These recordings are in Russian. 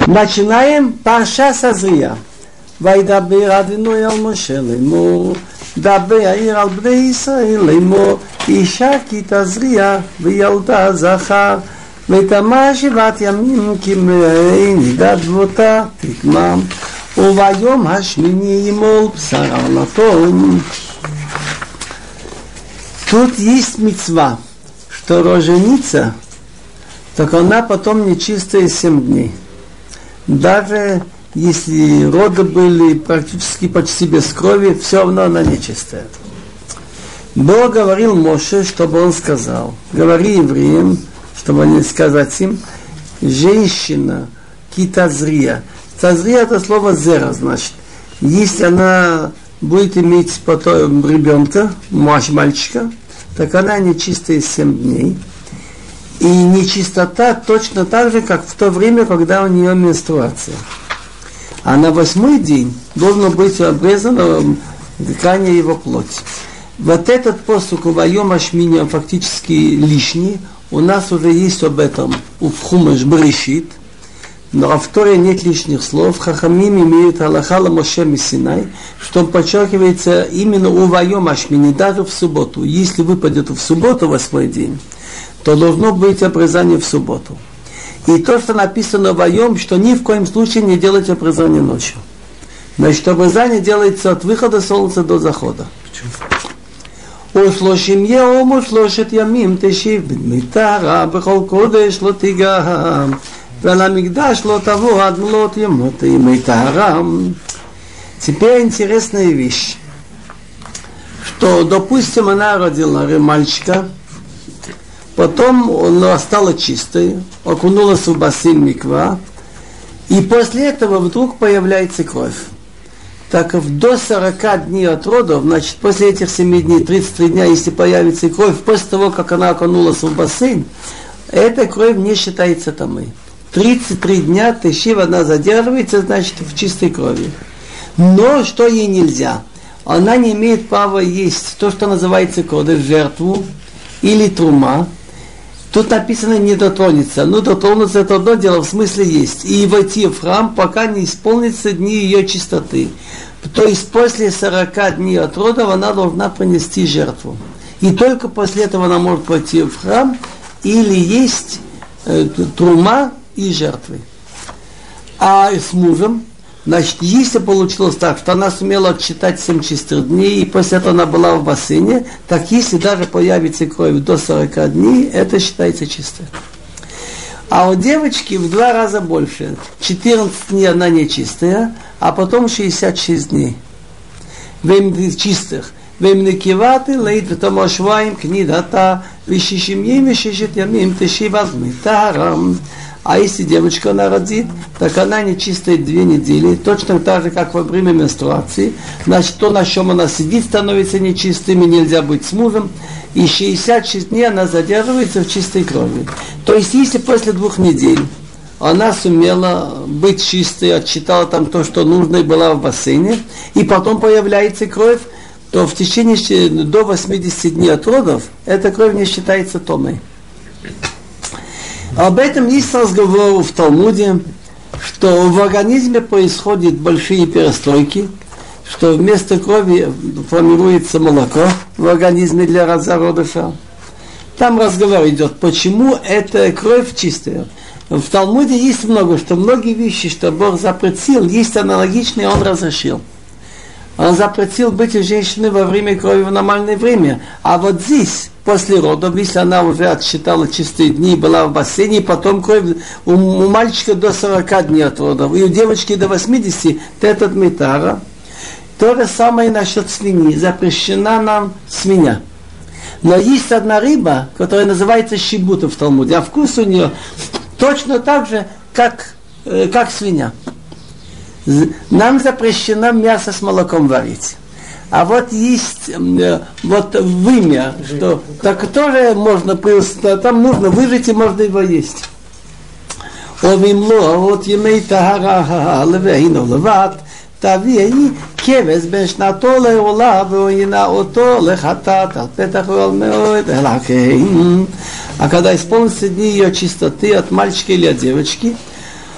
Начинаем Парша Сазрия. וידבר אדוני אל משה לאמור, דבר העיר על בני ישראל לאמור, אישה כי תזריע וילדה זכר, ותמה 7 ימים כמראה נידת בותה תקמם, וביום השמיני ימול בשר עולתו. Тут есть мицва, что роженица, так она потом нечистая 7 дней. Даже если роды были практически почти без крови, все равно она нечистая. Бог говорил Моше, чтобы он сказал, говори евреям, чтобы они сказать им, женщина, китазрия. Тазрия это слово зера, значит, если она будет иметь потом ребенка, мальчика, так она нечистая 7 дней. И нечистота точно так же, как в то время, когда у нее менструация. А на 8-й день должно быть обрезано дыхание его плоти. Вот этот посук «Вайом Ашмини» он фактически лишний. У нас уже есть об этом у Хумаш Берешит. Но в Торе нет лишних слов. Хахамим имеют Аллаха ла Моше миссинай, что подчеркивается именно у «Вайом Ашмини», даже в субботу. Если выпадет в субботу 8-й день, то должно быть обрезание в субботу. И то, что написано в Вайом, что ни в коем случае не делать обрезание ночью. Значит, обрезание делается от выхода солнца до захода. ושלושים יום ושלושת ימים תשיב במיתרה בכל קודש לא תיגע ולמקדש לא תבוא עד מלאת ימות ימי טהרה. Теперь интересная вещь, что, допустим, она родила мальчика, потом она стала чистой, окунулась в бассейн миква, и после этого вдруг появляется кровь. Так до 40 дней от родов, значит, после этих 7 дней, 33 дня, если появится кровь, после того, как она окунулась в бассейн, эта кровь не считается тамой. 33 дня тeshив она задерживается, значит, в чистой крови. Но что ей нельзя? Она не имеет права есть то, что называется кодеш, жертву или трума. Тут написано не дотронется. Ну, дотронуться это одно дело, в смысле есть. И войти в храм, пока не исполнится дни ее чистоты. То есть после 40 дней от родов она должна принести жертву. И только после этого она может войти в храм или есть трума и жертвы. А с мужем, значит, если получилось так, что она сумела отсчитать 7 чистых дней, и после этого она была в бассейне, так если даже появится кровь до 40 дней, это считается чистой. А у девочки в 2 раза больше. 14 дней она нечистая, а потом 66 дней. Чистых. Вемнекиваты лейт втомашваем книдата вишишим еми шишет ямим тешиваз митарам. А если девочка она родит, так она нечистая 2 недели, точно так же, как во время менструации. Значит, то, на чем она сидит, становится нечистым, и нельзя быть с мужем. И 66 дней она задерживается в чистой крови. То есть, если после 2 недель она сумела быть чистой, отчитала там то, что нужно, и была в бассейне, и потом появляется кровь, то в течение до 80 дней от родов эта кровь не считается томой. Об этом есть разговор в Талмуде, что в организме происходят большие перестройки, что вместо крови формируется молоко в организме для зародыша. Там разговор идет, почему эта кровь чистая. В Талмуде есть много, что многие вещи, что Бог запретил, есть аналогичные, Он разрешил. Он запретил быть у женщины во время крови в нормальное время. А вот здесь, после родов, если она уже отсчитала чистые дни, была в бассейне, потом кровь у мальчика до 40 дней от родов, и у девочки до 80, этот метара. То же самое насчет свиньи. Запрещена нам свинья. Но есть одна рыба, которая называется щебута в Талмуде, а вкус у нее точно так же, как свинья. Нам запрещено мясо с молоком варить. А вот есть вот вымя, что так тоже можно, там нужно выжать и можно его есть. вот ימי טהרה לבהינו לבד, תביאי כבש בין שנתו לעולה ועוינה אותו לחטאת על פתח ועל מאוד אלוהים. А когда исполнится дни ее чистоты от мальчика или от девочки,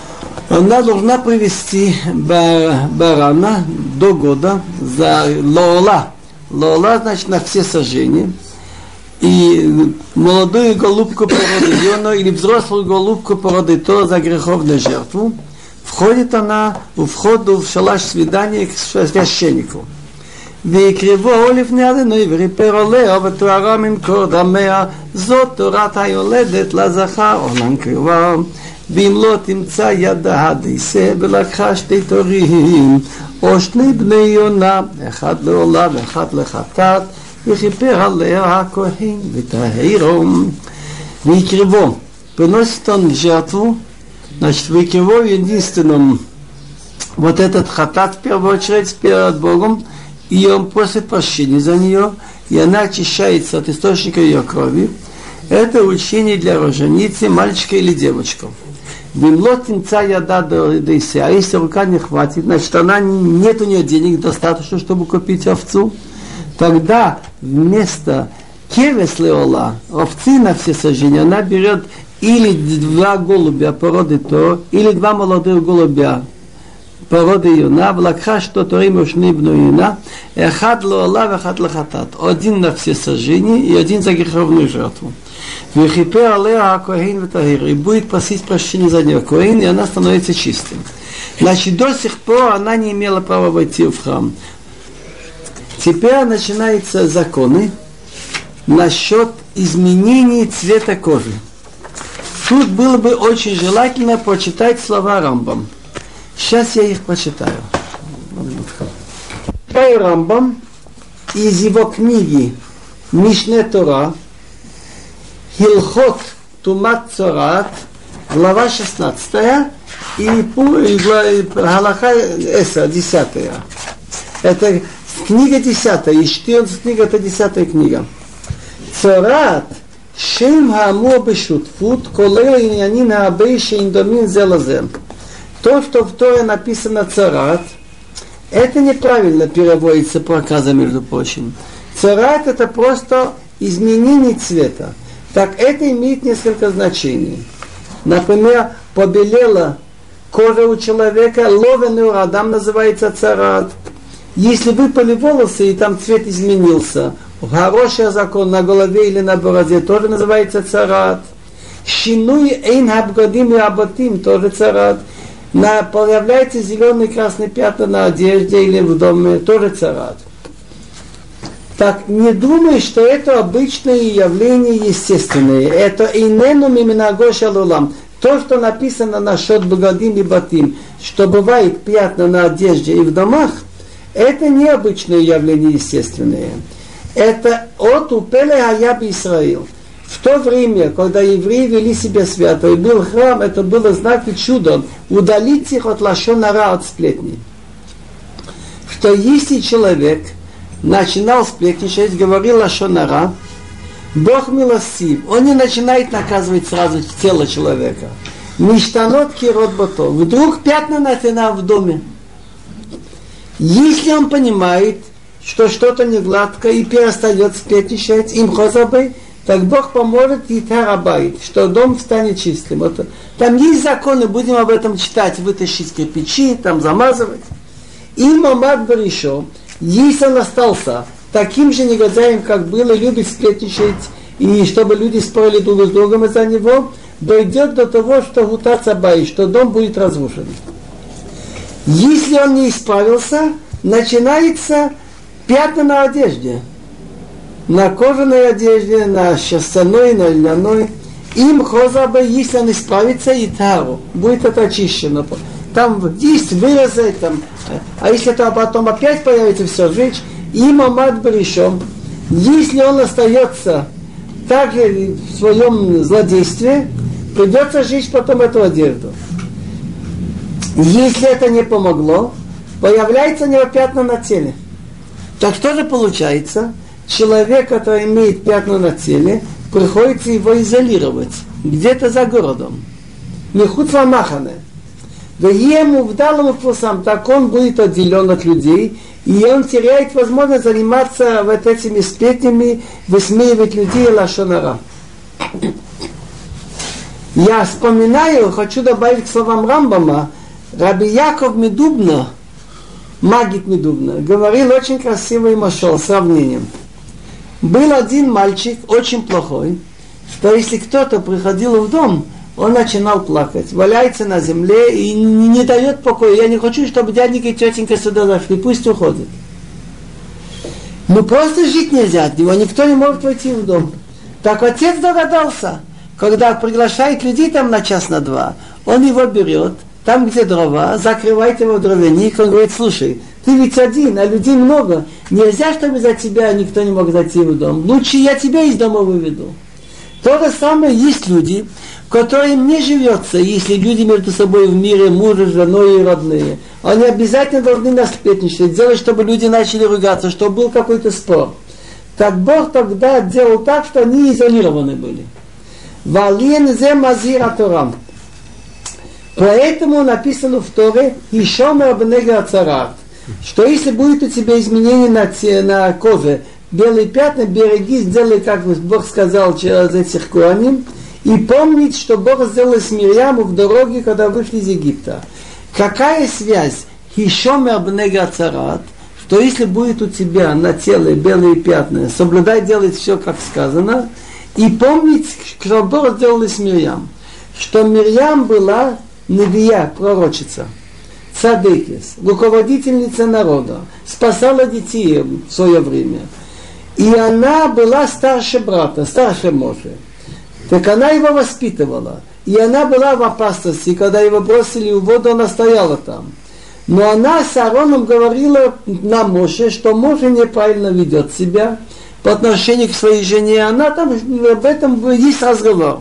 Она должна привести барана до года за лоола. Лоола значит на все сожжения. И молодую голубку породы Йона или взрослую голубку породы то за греховную жертву. Входит она у входа в шалаш свидания к священнику. ויקרבו לפני אדוני וריפר עליה ותוארה ממקור דמיה זאת תורת היולדת לזכר עולם קרבה ואם לא תמצא ידה דייסה ולקחה שתי תורים או שני בני יונה אחד לעולה ואחד לחטאת וכיפר עליה הכהן וטהרו ויקרבו приносит он жертву, значит, выкрыву в единственном вот этот хатат в первую очередь перед Богом, и он просит прощения за нее, и она очищается от источника ее крови. Это учение для роженицы, мальчика или девочку. Вимлот тимца яда дойсе, а если рука не хватит, значит, нет у нее денег достаточно, чтобы купить овцу, тогда вместо кевес леола, овцы на все сожжения, она берет или 2 голубя породы то, или 2 молодых голубя породы юна, влакха, что торим ушни бну юна, эхад лоола, эхад лахатат. Один на все сожжения и один за греховную жертву. Вихипер алея коэн ветахир. И будет просить прощения за нее коэн, и она становится чистым. Значит, до сих пор она не имела права войти в храм. Теперь начинаются законы насчет изменений цвета кожи. Тут было бы очень желательно прочитать слова Рамбам. Сейчас я их прочитаю. Рамбам из его книги Мишне Тора Хилхот Тумат Цорат, глава 16 и Галаха Эса, 10. Это книга 10, и 14 книга, это 10 книга. Цорат Шем Хаамур Бешутфут, Колел Иньянин Хаабей Шейндомин Зелазем. То, что в Торе написано царат, это неправильно переводится проказа, между прочим. Царат это просто изменение цвета. Так это имеет несколько значений. Например, побелела кожа у человека, ловеный урадам называется царат. Если выпали волосы и там цвет изменился, хороший закон на голове или на бороде тоже называется царат. Шинуй эйн хабгадим и абатим тоже царат. Появляются зеленые и красные пятна на одежде или в доме, тоже царат. Так не думай, что это обычное явление естественное. Это инену миминаго шалулам. То, что написано насчет богадим и батим, что бывает пятна на одежде и в домах, это необычное явление естественное. Это от упеле Аяби Исраил. В то время, когда евреи вели себя свято, и был храм, это было знак и чудом удалить их от лашон ара, от сплетни. Что если человек начинал сплетничать, говорил лашон ара, Бог милостив, он не начинает наказывать сразу тело человека. Ништанот кирот бато. Вдруг пятна на стенах в доме. Если он понимает, что что-то не гладко и перестает сплетничать, им хозабей, так Бог поможет и тарабайт, что дом станет чистым. Вот, там есть законы, будем об этом читать, вытащить кирпичи, там замазывать. И Мамад Баришо, если он остался таким же негодяем, как был, и любит сплетничать, и чтобы люди спорили друг с другом из-за него, дойдет до того, что гутаться бай, что дом будет разрушен. Если он не исправился, начинается пятна на одежде. На кожаной одежде, на шерстяной, на льняной. Им хозаба, если он исправится, и тару. Будет это очищено. Там есть вырезать, там, а если это потом опять появится, все сжечь. Им амад баришом. Если он остается также в своем злодействе, придется сжечь потом эту одежду. Если это не помогло, появляется у него пятна на теле. Так что же получается? Человек, который имеет пятна на теле, приходится его изолировать где-то за городом. Михут вамахане. Да ему вдалому пусам, так он будет отделен от людей, и он теряет возможность заниматься вот этими сплетнями, высмеивать людей лашон ара. Я вспоминаю, хочу добавить к словам Рамбама, Раби Яков Медубно, Магит Медубно, говорил очень красивый машал, сравнением. Был один мальчик, очень плохой, что если кто-то приходил в дом, он начинал плакать, валяется на земле и не дает покоя. Я не хочу, чтобы дяденька и тетенька сюда зашли, пусть уходят. Ну просто жить нельзя от него, никто не может войти в дом. Так отец догадался, когда приглашает людей там на час, на два, он его берет, там где дрова, закрывает его в дровяник, он говорит: слушай, ты ведь один, а людей много, нельзя, чтобы за тебя никто не мог зайти в дом, лучше я тебя из дома выведу. То же самое есть люди, которым не живется, если люди между собой в мире, муж, женой и родные. Они обязательно должны насплетничать, делать, чтобы люди начали ругаться, чтобы был какой-то спор. Так Бог тогда делал так, что они изолированы были. Валин зе мазира Торам. Поэтому написано в Торе «Ишомер бнега ацарат», что если будет у тебя изменение на коже, белые пятна, береги, сделай, как Бог сказал через этих коаним, и помнить, что Бог сделал с Мирьям в дороге, когда вышли из Египта. Какая связь «Ишомер бнега ацарат», что если будет у тебя на теле белые пятна, соблюдай, делать все, как сказано, и помнить, что Бог сделал с Мирьям, что Мирьям была Невия, пророчица, цадыкис, руководительница народа, спасала детей в свое время. И она была старше брата, старше Моше. Так она его воспитывала. И она была в опасности, когда его бросили в воду, она стояла там. Но она с Аароном говорила на Моше, что Моше неправильно ведет себя по отношению к своей жене. Она там, об этом есть разговор.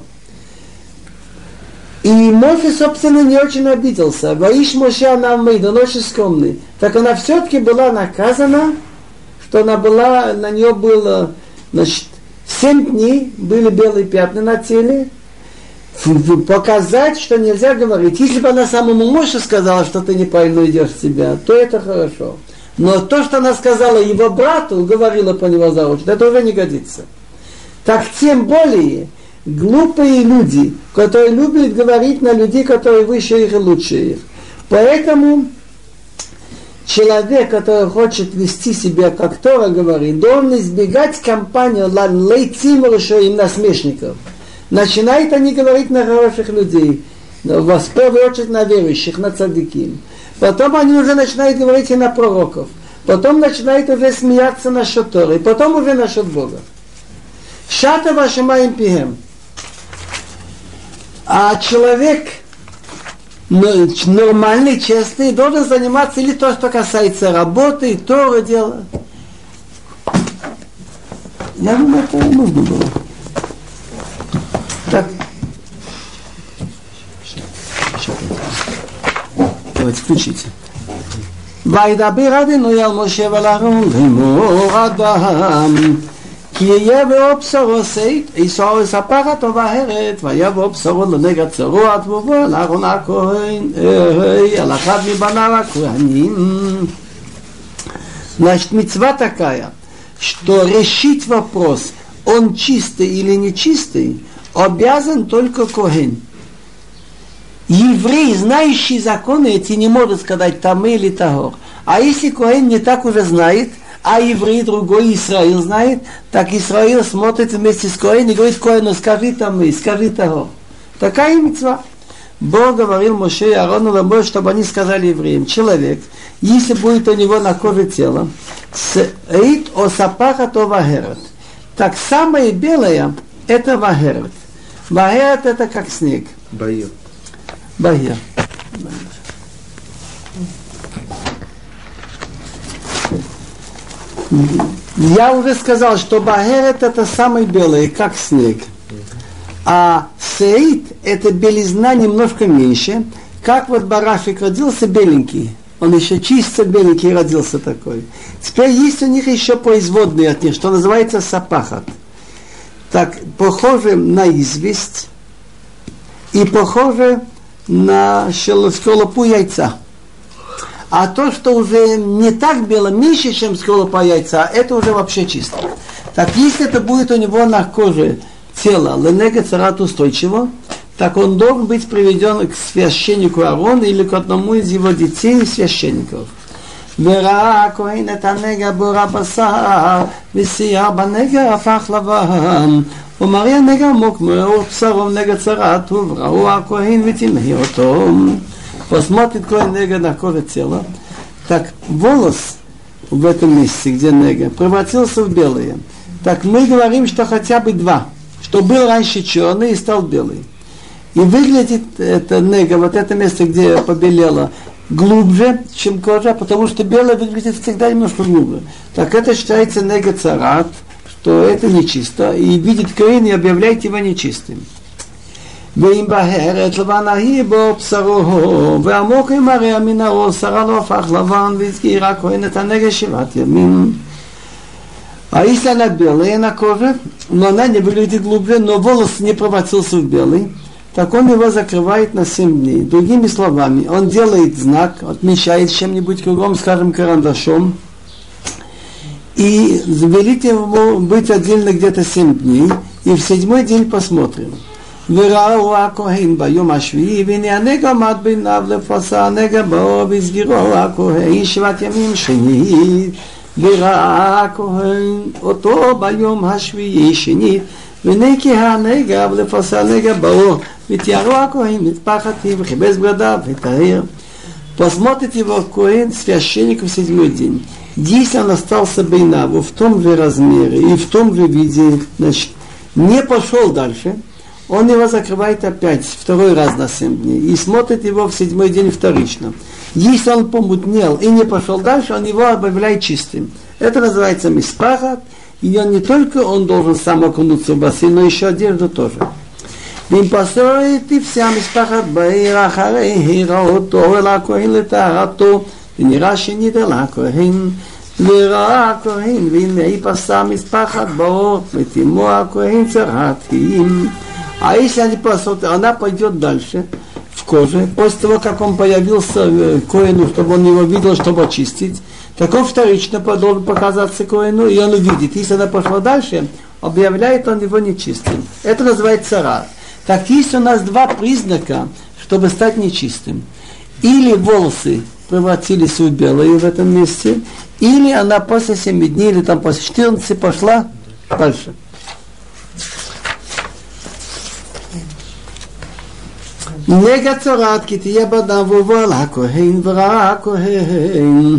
И Моше, собственно, не очень обиделся. Ваиш Моше она мейд, он очень скромный. Так она все-таки была наказана, что она была, на нее было, значит, 7 дней были белые пятна на теле. Показать, что нельзя говорить. Если бы она самому Моше сказала, что ты неправильно ведешь себя, то это хорошо. Но то, что она сказала его брату, говорила по него заочно, это уже не годится. Так тем более глупые люди, которые любят говорить на людей, которые выше их и лучше их. Поэтому человек, который хочет вести себя, как Тора говорит, должен избегать компанию им насмешников. Начинают они говорить на хороших людей, в первую очередь на верующих, на цадиким. Потом они уже начинают говорить и на пророков. Потом начинают уже смеяться насчет Торы. Потом уже насчет Бога. Шата вашима им пием. А человек нормальный, честный, должен заниматься или то, что касается работы, Торы дела. Я думаю, это нужно было. Так. Давайте, включите. וידבר אדוני אל משה ואל אהרון לאמור אדם כי יהיה בו בשורו שאת עשו וספחת ובהרת ויבוא בשורו לנגד צרוע ובוא אל אהרון הכהן אל אחד מבניו הכהנים. Значит, мицва такая, что решить вопрос, он чистый или нечистый, обязан только коэн. Еврей, знающий законы эти, не может сказать тамэ или тагор. А если коэн не так уже знает, а еврей другой, Исраил знает, так Исраил смотрит вместе с коэн и говорит коэну: скажи тамэ, скажи тагор. Такая мицва. Бог говорил Моше и Аарону, чтобы они сказали евреям: человек, если будет у него на коже тела, сеит осапахат овахерет, так самое белое это вахерет. Вахерет это как снег. Баир. Баир. Я уже сказал, что бахерет это самое белое, как снег. А сеит это белизна немножко меньше. Как вот барашек родился беленький. Он еще чисто беленький родился такой. Теперь есть у них еще производные от них, что называется сапахат. Так, похоже на известь и похоже на скорлупу яйца. А то, что уже не так бело, меньше, чем скорлупа яйца, это уже вообще чисто. Так, если это будет у него на коже тело ленега царат устойчиво, так он должен быть приведен к священнику Аарона или к одному из его детей священников. וראה הכהן את הנגע בור הבשר ושיער בנגע הפך לבן ומראה הנגע עמוק מאור בשרו נגע צרעת וראו הכהן וטמא אותו. Посмотрит коэн нега на коже тела, так волос в этом месте, где нега, превратился в белые. Так мы говорим, что хотя бы два, что был раньше черный и стал белый. И выглядит это нега, вот это место, где побелело, глубже, чем кожа, потому что белое выглядит всегда немножко глубже. Так это считается нега царат, что это нечисто, и видит коэн и объявляет его нечистым. ואם בהרת לבן ההיא בו בשרו ועמוק מראה מן הראש שרה לא הפך לבן והזכיר הכהן את הנגע 7 ימים. А если она белая на коже, но она не выглядит глубже, но волос не превратился в белый, так он его закрывает на 7 дней. Другими словами, он делает знак, отмечает чем-нибудь кругом, скажем, карандашом, и велит ему быть отдельно где-то 7 дней, и в 7-й день посмотрим. וראו הכהן ביום השביעי והנה הנגע עמד בעיניו לפסע הנגע באור והסגירו הכהן 7 ימים שנית וראה הכהן אותו ביום השביעי שנית והנה כי הנגע ולפסע הנגע באור ותיארו הכהן מטפחתי וכיבס בגדיו וטהר. Посмотрит его коэн священник в 7-й день. Если он остался бейнаву в том же размере и в том же виде, значит, не пошел дальше, он его закрывает опять, 2-й раз на 7 дней, и смотрит его в 7-й день вторично. Если он помутнел и не пошел дальше, он его объявляет чистым. Это называется миспахат, и он не только он должен сам окунуться в бассейн, но еще одежду тоже. ואם פסולת תפסע משפחת בעיר אחרי הראותו אל הכהן לטהרתו ונראה שנית אל הכהן וראה הכהן והנה פסע משפחת באור ותימו הכהן צרעתיים. А если она пойдет дальше в коже, после того, как он появился коэну, чтобы он его видел, чтобы очистить, так он вторично должен показаться коэну, и он увидит. Если она пошла дальше, объявляет он его нечистым. Это называется царат. Так есть у нас 2 признака, чтобы стать нечистым. Или волосы превратились в белые в этом месте, или она после 7 дней, или там после 14 пошла дальше. נגע צרעת כי תהיה בדם ובוא לכהן וראה הכהן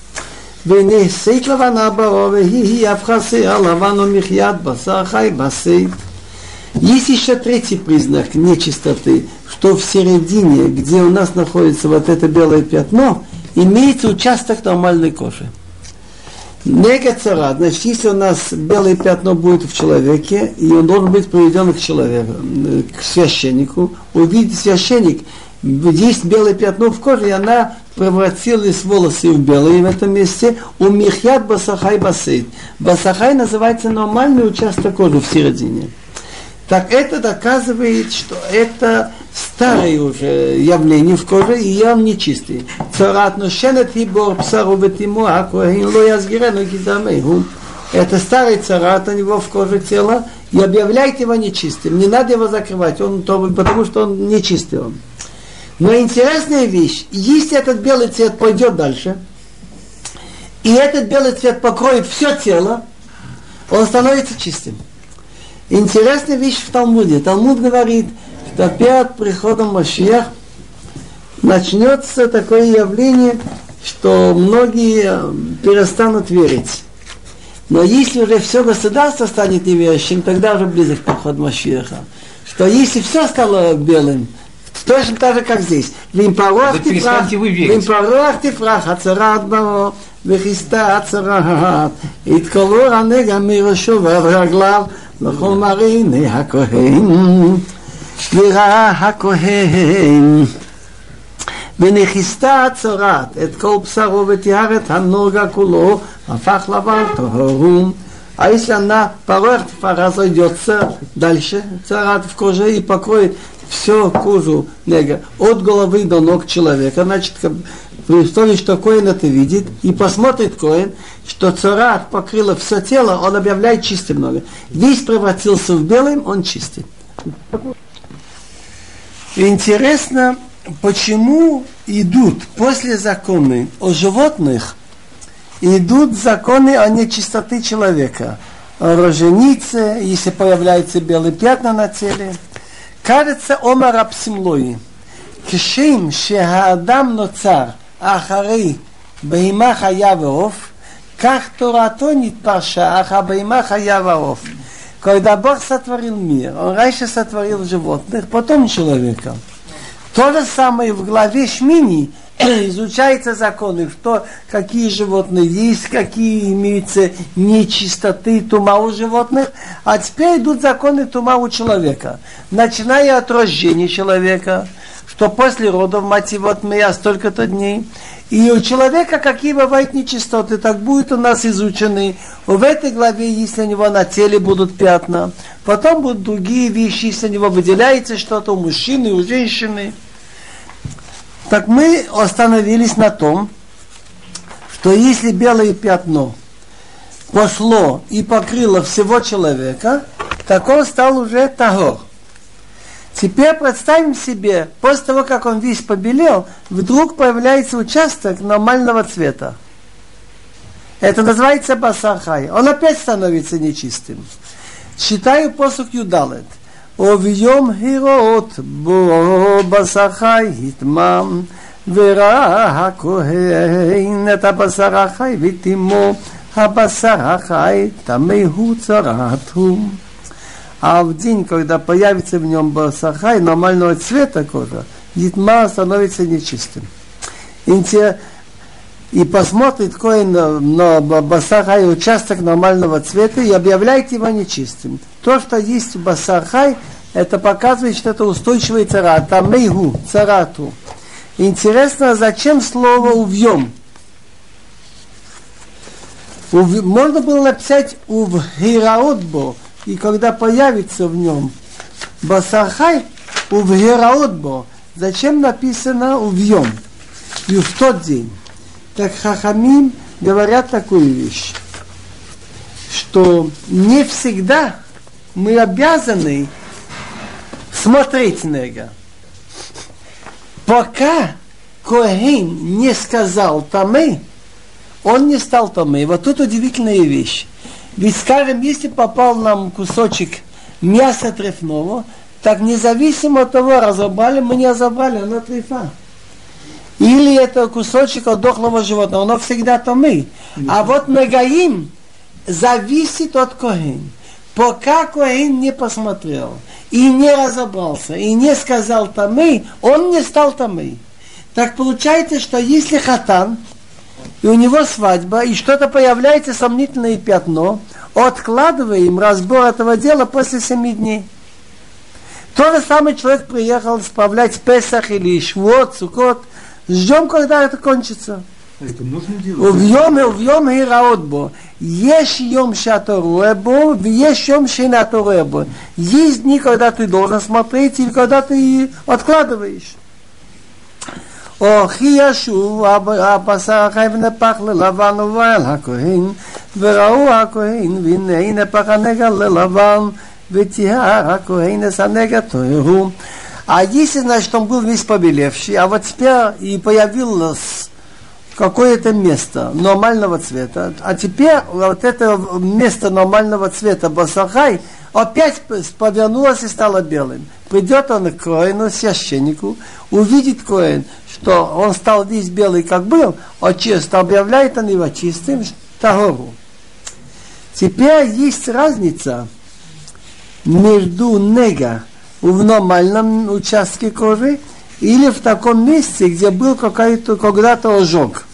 ונעשית לבנה באור והיא הפכה שיער לבן ומחיית בשר חי בסית. Есть еще 3-й признак нечистоты, что в середине, где у нас находится вот это белое пятно, имеется участок нормальной кожи. Нега царат, значит, если у нас белое пятно будет в человеке, и он должен быть приведен к человеку, к священнику, увидит священник, есть белое пятно в коже, и она превратилась волосы в белые в этом месте, у михьят басахай басейт. Басахай называется нормальный участок кожи в середине. Так это доказывает, что это старое уже явление в коже, и он нечистый. Царат ношенет и бор псару ветиму акоин ло язгирену кидамейху. Это старый царат у него в коже тела, и объявляет его нечистым. Не надо его закрывать, потому что он нечистый. Но интересная вещь, если этот белый цвет пойдет дальше, и этот белый цвет покроет все тело, он становится чистым. Интересная вещь в Талмуде. Талмуд говорит, что перед приходом Машиах начнется такое явление, что многие перестанут верить. Но если уже все государство станет неверующим, тогда уже близок приход Машиаха. Что если все стало белым, точно так же, как здесь. Вимпарох тифрах, ацарат бао, вехиста ацарат, итколор הנגע מראשו ועד רגליו, לכל מראיני הכהן. וראה הכהן ונכיסתה הצרת את כל בשרו וטיהר את הנוגע כולו, הפך לבן טהור. А если она порог разойдется дальше, царат в коже и покроет всю кожу нега от головы до ног человека, значит, при условии, что коэн это видит, и посмотрит коэн, что царат покрыло все тело, он объявляет чистым ногой. Весь превратился в белым, он чистый. Интересно, почему идут после законы о животных, идут законы о нечистоте человека, о роженице, если появляются белые пятна на теле. Кажется, омар апсимлои. כשם שהאדם נוצר אחרי בהמה חיה ועוף, כך תורתו נתפרשה אחרי בהמה חיה ועוף. Когда Бог сотворил мир, Он раньше сотворил животных, потом человека. То же самое в главе Шмини изучаются законы, что, какие животные есть, какие имеются нечистоты, тума у животных, а теперь идут законы тума у человека. Начиная от рождения человека, что после родов мать его отмея столько-то дней. И у человека какие бывают нечистоты, так будет у нас изучены. В этой главе, если у него на теле будут пятна, потом будут другие вещи, если у него выделяется что-то у мужчины, у женщины. Так мы остановились на том, что если белое пятно пошло и покрыло всего человека, так он стал уже тагор. Теперь представим себе, после того, как он весь побелел, вдруг появляется участок нормального цвета. Это называется басар хай. Он опять становится нечистым. Читаю посук Юдалет. וביום היראות בו בשר חי יטמא וראה הכהן את הבשר החי וטימו הבשר החי טמא הוא צרעת הוא. А в день, когда появится в нем басар хай нормального цвета кожа, итма становится нечистым. И посмотрит коэн на басар хай участок нормального цвета и объявляет его нечистым. То, что есть в басар хай, это показывает, что это устойчивый царат. Там мейгу, царату. Интересно, зачем слово увьем? Можно было написать увгираотбо, и когда появится в нем басар хай, увгираотбо. Зачем написано увьем? И в тот день. Так хахамим говорят такую вещь, что не всегда мы обязаны смотреть на это. Пока коэн не сказал тамей, он не стал тамей. Вот тут удивительная вещь. Ведь, скажем, если попал нам кусочек мяса трефного, так независимо от того, разобрали мы, не разобрали, оно трефа. Или это кусочек от дохлого животного, оно всегда тамей. А вот нагаим зависит от коэн. Пока коэн не посмотрел, и не разобрался, и не сказал тамей, он не стал тамей. Так получается, что если хатан, и у него свадьба, и что-то появляется сомнительное пятно, откладываем разбор этого дела после 7 дней. То же самое человек приехал справлять Песах или Швот, Сукот, ждем, когда это кончится. Это можно делать? Увьем хираотбо. Есть йом шаторуэбо, есть йом шинаторуэбо. Есть дни, когда ты должен смотреть, или когда ты откладываешь. וכי ישוב הבשר החי ונפח ללבן ובא אל הכהן וראו הכהן והנה נפח הנגע ללבן ותיאר הכהן את הנגע טהרו. А если, значит, он был весь побелевший, а вот теперь и появилось какое-то место нормального цвета, а теперь вот это место нормального цвета басар хай опять повернулось и стало белым. Придет он к коэну, священнику, увидит коэн, что он стал весь белый, как был, чисто, объявляет он его чистым, тагору. Теперь есть разница между нега в нормальном участке кожи или в таком месте, где был когда-то ожог.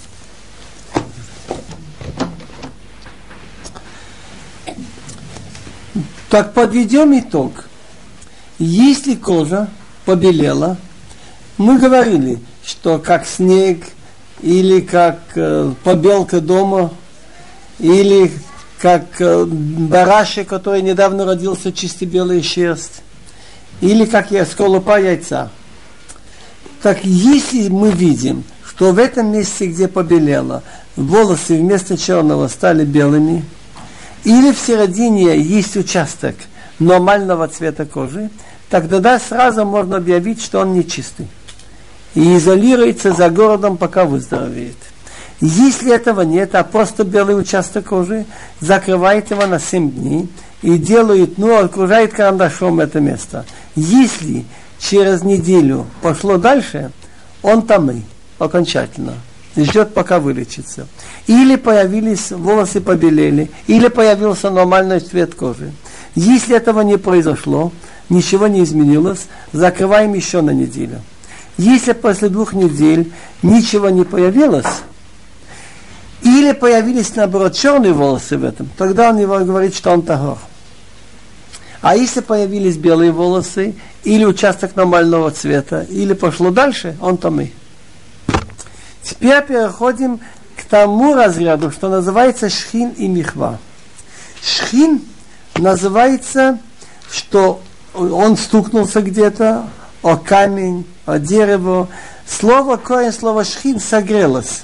Так подведем итог. Если кожа побелела, мы говорили, что как снег, или как побелка дома, или как барашек, который недавно родился, чисто белая шерсть, или как скорлупа яйца. Так если мы видим, что в этом месте, где побелело, волосы вместо черного стали белыми, или в середине есть участок нормального цвета кожи, так тогда сразу можно объявить, что он нечистый. И изолируется за городом, пока выздоровеет. Если этого нет, а просто белый участок кожи, закрывает его на 7 дней и делают, окружает карандашом это место. Если через неделю пошло дальше, он тамый окончательно. Ждет, пока вылечится. Или появились волосы, побелели, или появился нормальный цвет кожи. Если этого не произошло, ничего не изменилось, закрываем еще на неделю. Если после 2 недель ничего не появилось, или появились, наоборот, черные волосы в этом, тогда он его говорит, что он тагор. А если появились белые волосы, или участок нормального цвета, или пошло дальше, он тамый. Теперь переходим к тому разряду, что называется шхин и михва. Шхин называется, что он стукнулся где-то о камень, о дерево. Корень слова шхин согрелось.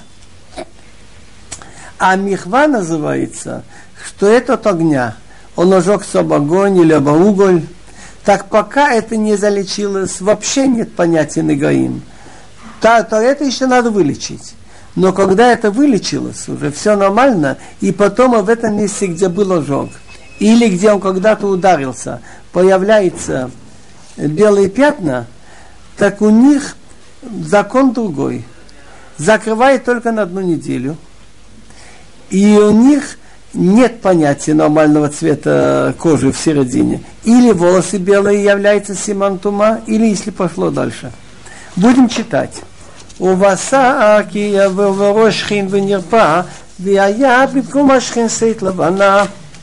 А михва называется, что это от огня. Он ожегся об огонь или об уголь. Так пока это не залечилось, вообще нет понятия негаим. То это еще надо вылечить. Но когда это вылечилось, уже все нормально, и потом в этом месте, где был ожог, или где он когда-то ударился, появляются белые пятна, так у них закон другой. Закрывает только на 1 неделю. И у них нет понятия нормального цвета кожи в середине. Или волосы белые являются симан тума, или если пошло дальше. Будем читать. ובשא כי יבוא שכין ונרפא והיה במקום השכין שית לבנה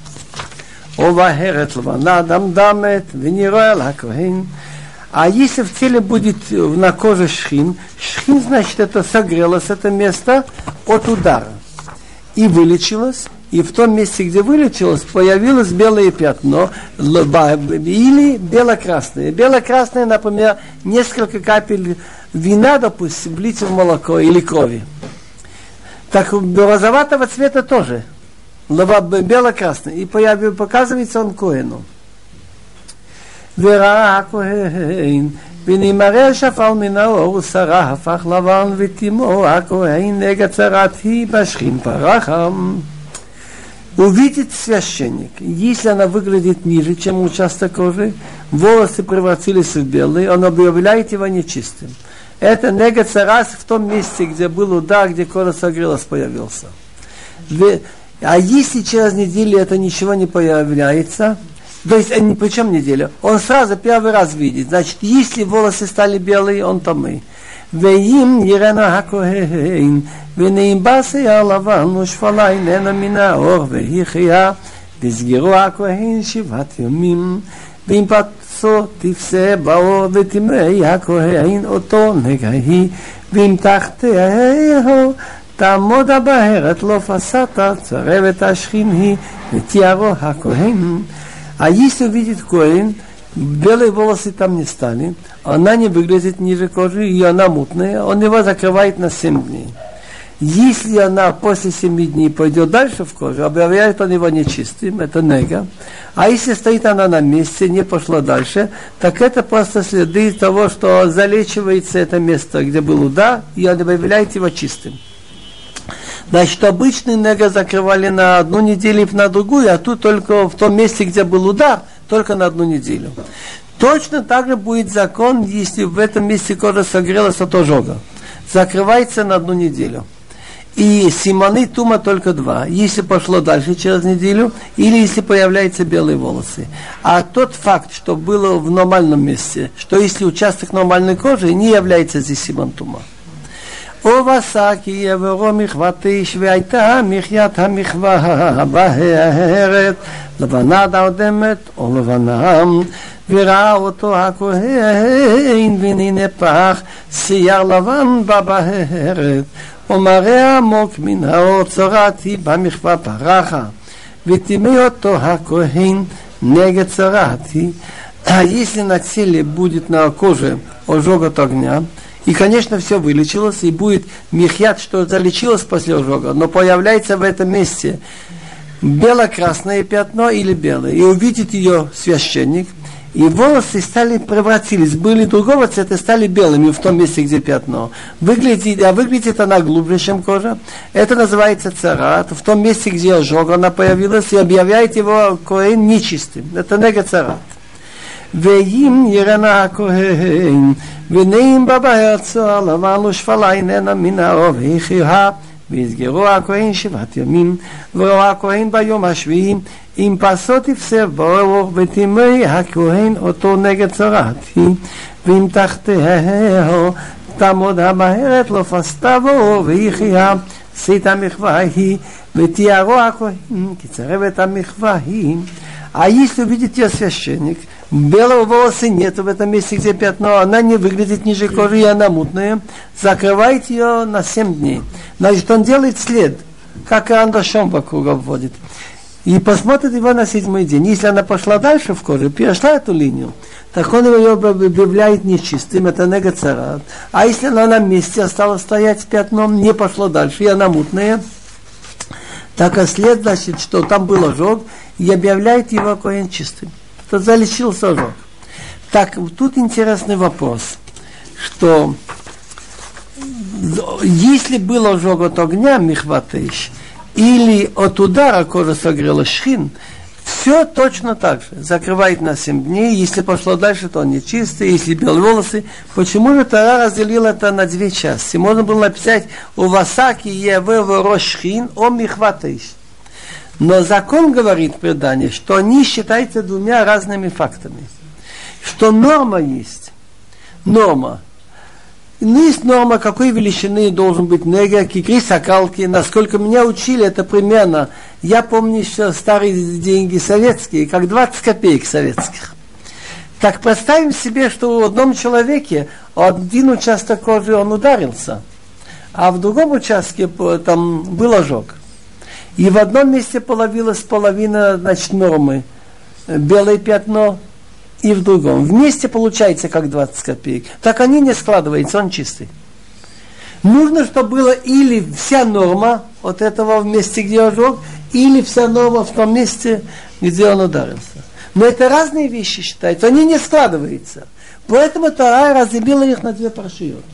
ובהרת לבנה דמדמת ונראה על הכהן. А если в теле будет на коже шхин, шхин значит это согрелось это место от удара и вылечилось, и в том месте, где вылечилось, появилось белое пятно или бело-красное. Бело-красное, например, несколько капель вина, допустим, влить в молоко или крови. Так розоватого цвета тоже. Бело-красный. И показывается он коэну. וראה הכהן ונמרא שפל מן האור ושרה הפך לבן ותימו הכהן נגע צרתי בשכין פרחם. Увидит священник, если она выглядит ниже, чем участок кожи, волосы превратились в белые, он объявляет его нечистым. Это нега царас в том месте, где был удар, где кожа согрелась, появился. А если через неделю это ничего не появляется, то есть, причем неделю, он сразу первый раз видит. Значит, если волосы стали белые, он тамый. ואם יראה הכהן ונאמר שיער לבן ושפלה איננה מן האור והחיה וסגרו הכהן 7 ימים ואם פצו תפסה באור ותמאי הכהן אותו נגעי ואם תחתהו תעמוד הבהרת לא פסעת צרבת השכין היא ותיארו הכהן. А если увидит коэн, белые волосы там не стали, она не выглядит ниже кожи, и она мутная, он его закрывает на 7 дней. Если она после 7 дней пойдет дальше в кожу, объявляет он его нечистым, это нега. А если стоит она на месте, не пошла дальше, так это просто следы того, что залечивается это место, где был удар, и он объявляет его чистым. Значит, обычный нега закрывали на 1 неделю и на другую, а тут только в том месте, где был удар, только на 1 неделю. Точно так же будет закон, если в этом месте кожа согрелась от ожога. Закрывается на 1 неделю. И симаны тума только 2. Если пошло дальше через неделю, или если появляются белые волосы. А тот факт, что было в нормальном месте, что если участок нормальной кожи, не является здесь симан тума. ובשא כי יבואו מחוות איש והייתה מחיית המחווה בהרת לבנה דמדמת או לבנה וראה אותו הכהן וננפח שיער לבן בהרת ומראה עמוק מן האור צרעתי במחווה פרחה וטימא אותו הכהן נגד צרעתי. Если на теле будет на коже ожог от огня, и, конечно, все вылечилось, и будет михьят, что залечилось после ожога, но появляется в этом месте бело-красное пятно или белое, и увидит ее священник, И волосы превратились, были другого цвета, стали белыми в том месте, где пятно. Выглядит она глубже, чем кожа. Это называется царат. В том месте, где ожог, она появилась, и объявляет его коэн нечистым. Это нега царат. ואם ירנה הכהן ונעים בה בארצו הלבן לא שפלה איננה מן האוב והחירה ויסגרו הכהן 7 ימים ורואה הכהן ביום השביעי אם פסו תפסר באור ותימי הכהן אותו נגד צרת היא ואם תחתיה תעמוד המהרת לא פסתה באור והחירה שאת המחווה היא ותיארו הכהן כי צרבת המחווה היא. А если увидит ее священник, белого волоса нет в этом месте, где пятно, она не выглядит ниже кожи, и она мутная, закрывает ее на 7 дней. Значит, он делает след, как карандашом вокруг обводит. И посмотрит его на 7-й день. Если она пошла дальше в коже, перешла эту линию, так он ее объявляет нечистым, это нега царат. А если она на месте осталась стоять с пятном, не пошла дальше, и она мутная, так а след, значит, что там был ожог, и объявляет его коэн чистым. То залечился ожог. Так, тут интересный вопрос, что если был ожог от огня, михватыш, или от удара кожа согрела шхин, все точно так же. Закрывает на 7 дней, если пошло дальше, то он нечистый, если белые волосы. Почему же Тора разделила это на 2 части? Можно было написать у Васаки Евева Рошхин о михватыш. Но закон говорит в предании, что они считаются 2 разными фактами. Что норма есть. Норма. Ну, есть норма, какой величины должен быть нега, кикри сокалки. Насколько меня учили, это примерно, я помню еще старые деньги советские, как 20 копеек советских. Так представим себе, что в одном человеке один участок кожи он ударился, а в другом участке там был ожог. И в одном месте половилась половина, значит, нормы, белое пятно, и в другом. Вместе получается как 20 копеек. Так они не складываются, он чистый. Нужно, чтобы было или вся норма от этого в месте, где ожог, или вся норма в том месте, где он ударился. Но это разные вещи считаются, они не складываются. Поэтому Тора разделила их на 2 паршиот.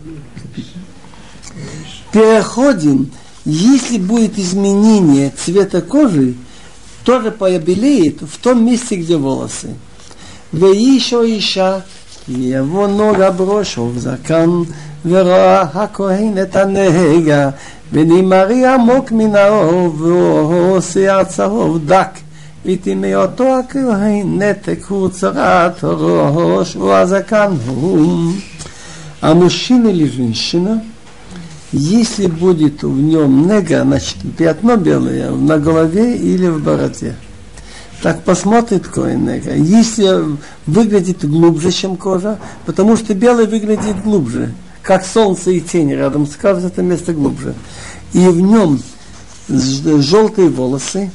Переходим. Если будет изменение цвета кожи, тоже побелеет в том месте, где волосы. ואישו אישה, יבוא נוגה בראשו וזקן, וראה הכהן את הנגע, ונמרי עמוק מן האוב, ועושה צהוב דק, ותימי אותו הכהן, נתק הוא צרת ראש, והזקן הוא. А мужчина или женщина, если будет в нем нега, значит, пятно белое на голове или в бороде, так посмотрит коэн нега. Если выглядит глубже, чем кожа, потому что белый выглядит глубже, как солнце и тень рядом, скажет это место глубже. И в нем желтые волосы,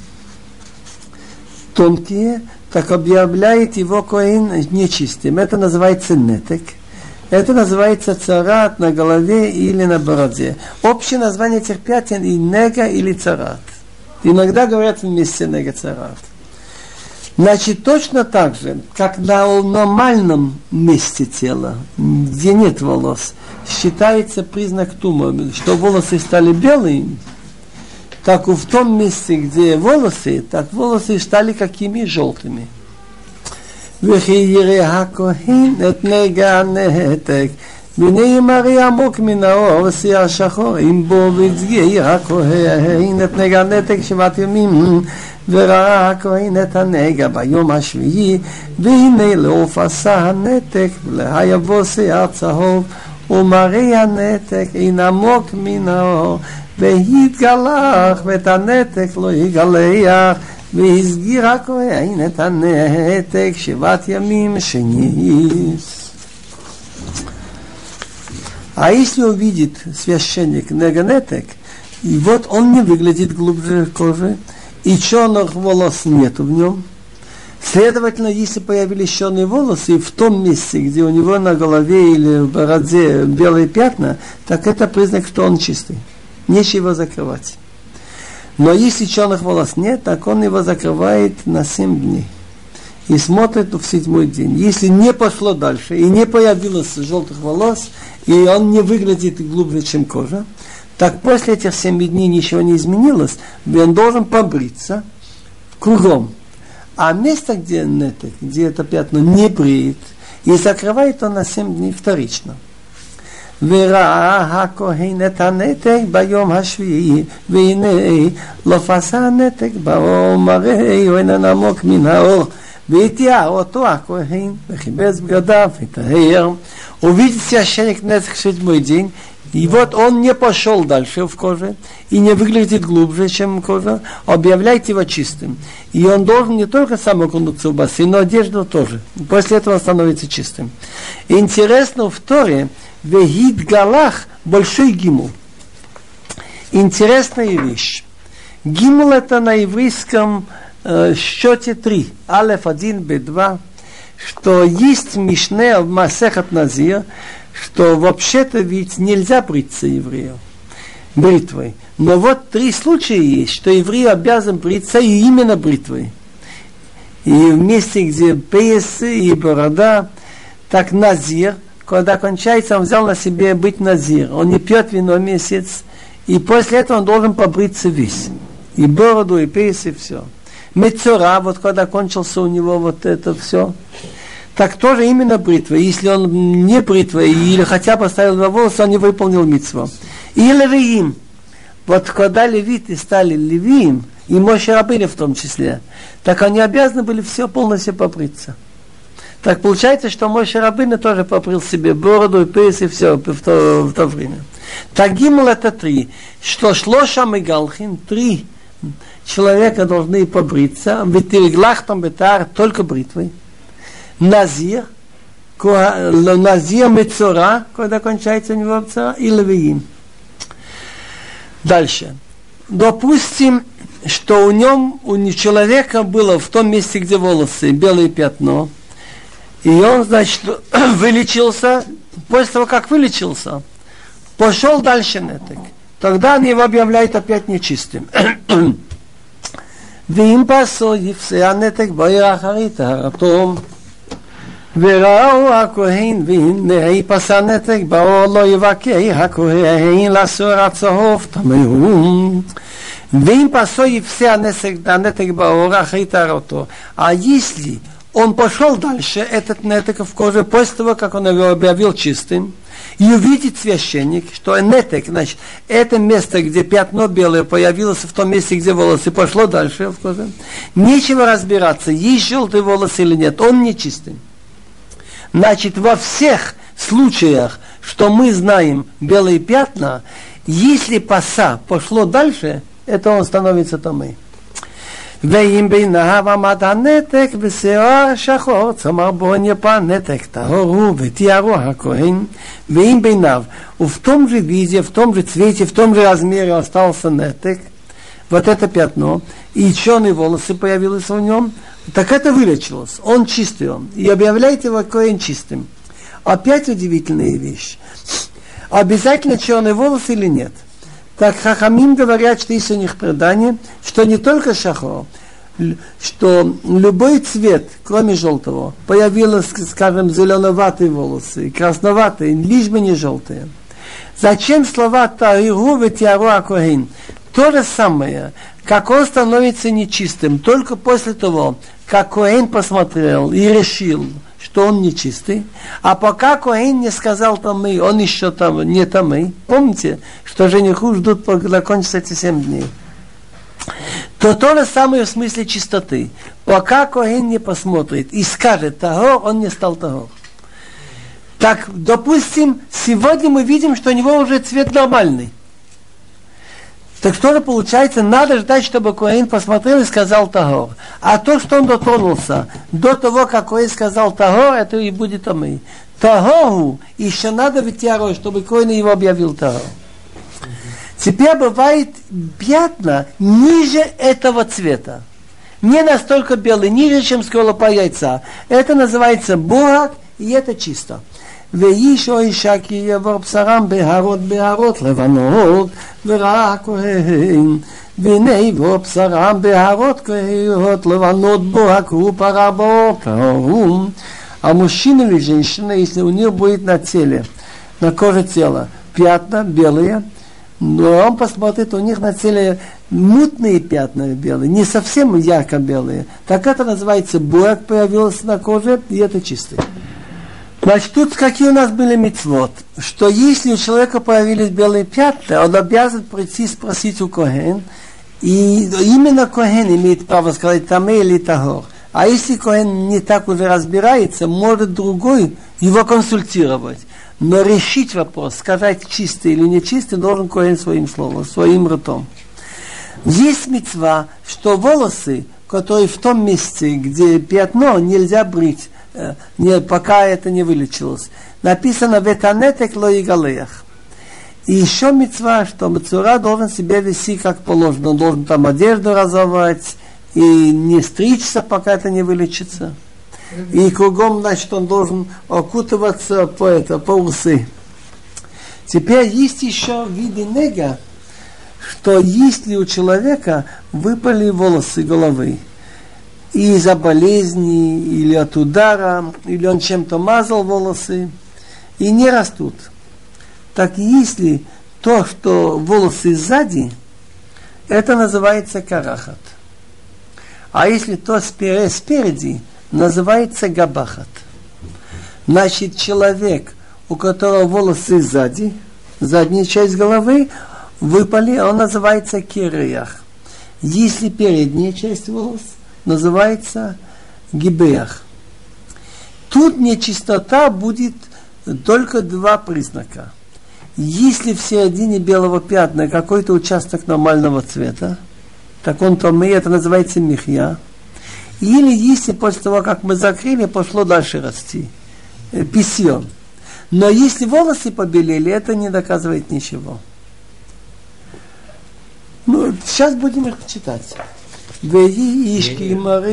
тонкие, так объявляет его коэн нечистым. Это называется нетек. Это называется царат на голове или на бороде. Общее название этих пятен и нега или царат. Иногда говорят вместе нега царат. Значит, точно так же, как на нормальном месте тела, где нет волос, считается признак тума, что волосы стали белыми, так и в том месте, где волосы, так волосы стали какими? Желтыми. וכי יראה הכהן את נגע הנתק ונאמרי עמוק מן האור ושיער שחור אם בו ויצגיר הכהן את נגע הנתק 7 ימים וראה הכהן את הנגע ביום השביעי והנה לעוף עשה הנתק ולהיבוא שיער צהוב ומראה הנתק אין עמוק מן האור והתגלח ואת הנתק לא יגלח והסגיר הכהן את הנתק 7 ימים שניס. А если увидит священник неганетек, и вот он не выглядит глубже кожи, и черных волос нету в нем, следовательно, если появились черные волосы в том месте, где у него на голове или в бороде белые пятна, так это признак, что он чистый. Нечего закрывать. Но если черных волос нет, так он его закрывает на 7 дней. и смотрит в 7-й день. Если не пошло дальше и не появилось желтых волос, и он не выглядит глубже, чем кожа, так после этих 7 дней ничего не изменилось, и он должен побриться кругом. А место, где нетек, где это пятно не бреет, и закрывает он на 7 дней вторично. וראה הכהן את הנתק ביום השביעי, והנה לא פסה הנתק באור מראה, הוא איננו עמוק מן האור, והתיאר אותו הכהן, וכיבס בגדיו וטהר. Увидит священник нетек в 7-й день, и вот он не пошел дальше в коже, и не выглядит глубже, чем кожа, объявляйте его чистым. И он должен не только сам окунуться в бассейн, но одежду тоже. После этого он становится чистым. Интересно в Торе, Вегид Галах, большой гимул. Интересная вещь. Гимул это на еврейском счете 3. Алеф 1, Б 2. Что есть Мишне в Масехет Назир, что вообще-то ведь нельзя бриться еврею бритвой. Но вот 3 случая есть, что еврей обязан бриться и именно бритвой. И в месте, где пейсы и борода, так Назир, когда кончается, он взял на себе быть назир. Он не пьет вино месяц, и после этого он должен побриться весь. И бороду, и пейс, и все. Мецора, вот когда кончился у него вот это все, так тоже именно бритва. Если он не бритва, или хотя бы оставил 2 волоса, он не выполнил мицву. И левиим. Вот когда левиты стали левиим, и Моше Рабейну в том числе, так они обязаны были все полностью побриться. Так получается, что Моше Рабейну тоже побрил себе бороду и пейс и все в то время. Так гимл это 3. Что шлоша мигалхин, 3 человека должны побриться. Витильглах там бетар только бритвой. Назир, назир мецора, когда кончается у него мецора, и левиим. Дальше. Допустим, что у человека было в том месте, где волосы, белое пятно, и он, значит, вылечился, после того, как вылечился, пошел дальше нетек. Тогда они его объявляют опять нечистым. ואם פסו יפסה הנתק בעיר האחרית הרתום וראו הכהן והנה פסה הנתק באור לא יבכה הכהן לסור הצהוב תמהו ואם פסו יפסה הנתק בעור האחרית הרתום. А если он пошел дальше, этот нетек в коже, после того, как он его объявил чистым, и увидит священник, что нетек, значит, это место, где пятно белое появилось в том месте, где волосы, пошло дальше в коже, нечего разбираться, есть желтые волосы или нет, он нечистый. Значит, во всех случаях, что мы знаем белые пятна, если паса пошло дальше, это он становится тамей. ואם ביניו עמד הנתק בשיער שחור צמר בו נפה נתק טהור ותיארו הכהן ואם ביניו в том же виде, в том же цвете, в том же размере остался нетек, вот это пятно, и черные волосы появились в нем, так это вылечилось, он чистый он, и объявляете его коэн чистым. Опять удивительная вещь. Обязательно черные волосы или нет? Так хахамим говорят, что есть у них предание, что не только шахор, что любой цвет, кроме желтого, появилось, скажем, зеленоватые волосы, красноватые, лишь бы не желтые. Зачем слова «таиру ветиару акоин»? То же самое, как он становится нечистым, только после того, как коэн посмотрел и решил, что он нечистый, а пока коэн не сказал тамы, он еще там не тамы. Помните, что жениху ждут, когда кончатся эти 7 дней. То же самое в смысле чистоты. Пока коэн не посмотрит и скажет тагор, он не стал тагор. Так, допустим, сегодня мы видим, что у него уже цвет нормальный. Так что же получается? Надо ждать, чтобы коэн посмотрел и сказал тагор. А то, что он дотронулся до того, как коэн сказал тагор, это и будет тамы. Тагору еще надо вытягивать, чтобы коэн его объявил тагор. Теперь бывает пятна ниже этого цвета. Не настолько белый, ниже, чем скорлупа яйца. Это называется бурак, и это чисто. ואיש או אישה כי יעבור בשרם בהרות בהרות לבנות וראה הכהן והנה בו בשרם בהרות כהות לבנות бо הכו пора бо טהור. А мужчина или женщина, если у нее будет на теле, на коже тела пятна белые, но он посмотрит, у них на теле мутные пятна белые, не совсем ярко белые, так это называется бурак появился на коже, и это чистый. Значит, тут какие у нас были мицвот, что если у человека появились белые пятна, он обязан прийти спросить у коэн, и именно коэн имеет право сказать тамэ или тагор. А если коэн не так уже разбирается, может другой его консультировать. Но решить вопрос, сказать чистый или нечистый, должен коэн своим словом, своим ртом. Есть мицва, что волосы, которые в том месте, где пятно, нельзя брить, пока это не вылечилось. Написано «Ветанетек ло игалеях». И еще мицва, что мецура должен себя вести как положено. Он должен там одежду разорвать и не стричься, пока это не вылечится. И кругом, значит, он должен окутываться по усы. Теперь есть еще виды нега, что если у человека выпали волосы головы, и из-за болезни, или от удара, или он чем-то мазал волосы, и не растут. Так если то, что волосы сзади, это называется карахат. А если то спереди, называется габахат. Значит, человек, у которого волосы сзади, задняя часть головы, выпали, он называется киреях. Если передняя часть волос, называется гибеях. Тут нечистота будет только два признака. Если в середине белого пятна какой-то участок нормального цвета, так он там, и это называется михья. Или если после того, как мы закрыли, пошло дальше расти. Письон. Но если волосы побелели, это не доказывает ничего. Ну, сейчас будем их читать. ויהי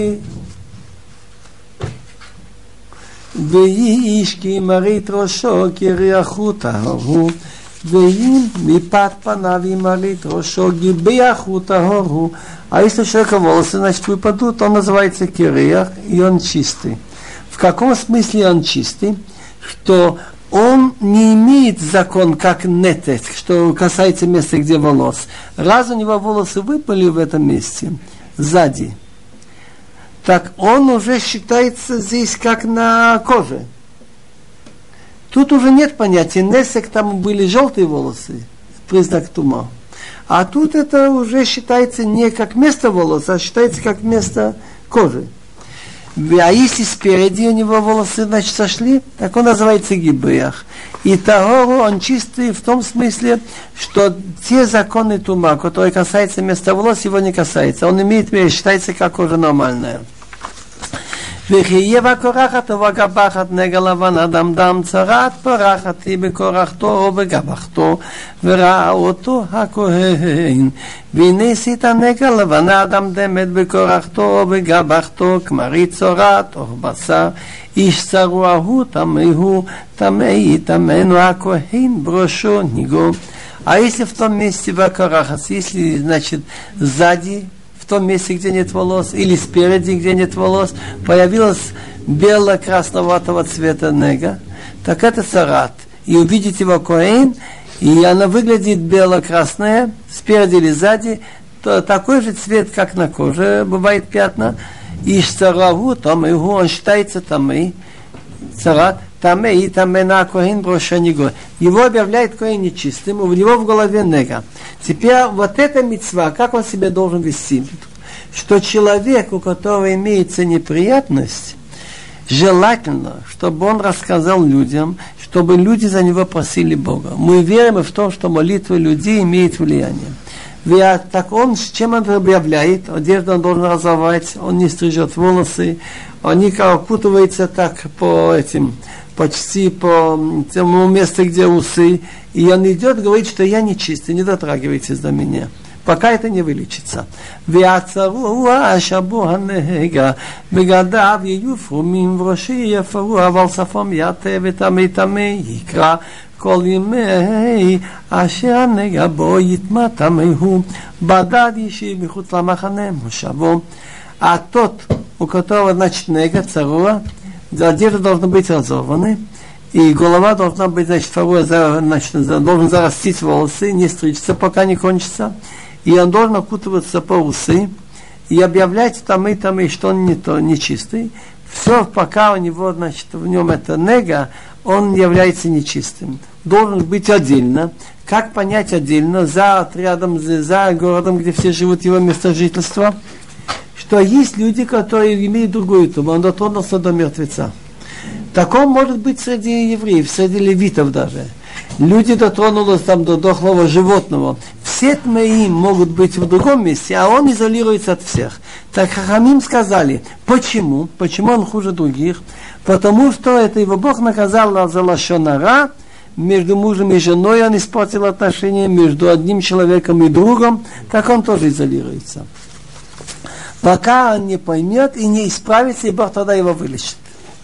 איש כי מרית ראשו כריחו טהור ואם מפת פניו ימרית ראשו גיבחו טהור. А если у человека волосы, значит, выпадут, он называется киреях, и он чистый. В каком смысле он чистый? Что он не имеет закон, как нетет, что касается места, где волос. Раз у него волосы выпали в этом месте, сзади, так он уже считается здесь как на коже. Тут уже нет понятия несек, там были желтые волосы, признак тума. А тут это уже считается не как место волоса, а считается как место кожи. А если спереди у него волосы, значит, сошли, так он называется гибеях. И тагору он чистый в том смысле, что те законы тума, которые касаются места волос, его не касается. Он имеет, считается как кожа нормальная. וחייב הקורחת ובגבחת נגע לבן אדם דם צרת פרחת היא בקורחתו ובגבחתו וראה אותו הכהן והנה סית הנגע לבן אדם דמת בקורחתו ובגבחתו כמרי צורת אור בשר איש צרוע הוא טמא יטמאנו הכהן בראשו ניגו. А если в том месте в акарахас, если, значит, сзади, в том месте, где нет волос, или спереди, где нет волос, появилась бело-красноватого цвета нега, так это царат. И увидите его коэн, и она выглядит бело-красная, спереди или сзади, то такой же цвет, как на коже, бывает пятна. И цараву, там его, он считается тамэй, царат, тамэй и тамэй на коэн брошаниго. Его объявляет коэн нечистым, у него в голове нега. Теперь вот эта мицва, как он себя должен вести? Что человек, у которого имеется неприятность, желательно, чтобы он рассказал людям, чтобы люди за него просили Бога. Мы верим в то, что молитва людей имеет влияние. Так он, с чем он объявляет? Одежду он должен разорвать, он не стрижет волосы, он не окутывается так почти по тому месту, где усы, и он идет, говорит, что я нечистый, не дотрагивайтесь до меня, пока это не вылечится. כל ימי אשר הנגע בו יתמתה מהו בדד ישיב מחוץ למחנה מושבו. А тот, у которого, значит, нега, царуа, одежда должна быть разорвана, и голова должна быть, значит, должен зарастить волосы, не стричься, пока не кончится, и он должен окутываться по усы, и объявлять там, что он нечистый. Все, пока у него, значит, в нем это нега, он является нечистым. Должен быть отдельно. Как понять отдельно? За отрядом, за городом, где все живут, его место жительства. Что есть люди, которые имеют другую туму. Он дотронулся до мертвеца. Таком может быть среди евреев, среди левитов даже. Люди дотронулись там до дохлого животного. Все тмеи могут быть в другом месте, а он изолируется от всех. Так хахамим сказали, почему? Почему он хуже других? Потому что это его Бог наказал за лашон ара, между мужем и женой он испортил отношения, между одним человеком и другом, так он тоже изолируется. Пока он не поймет и не исправится, и Бог тогда его вылечит.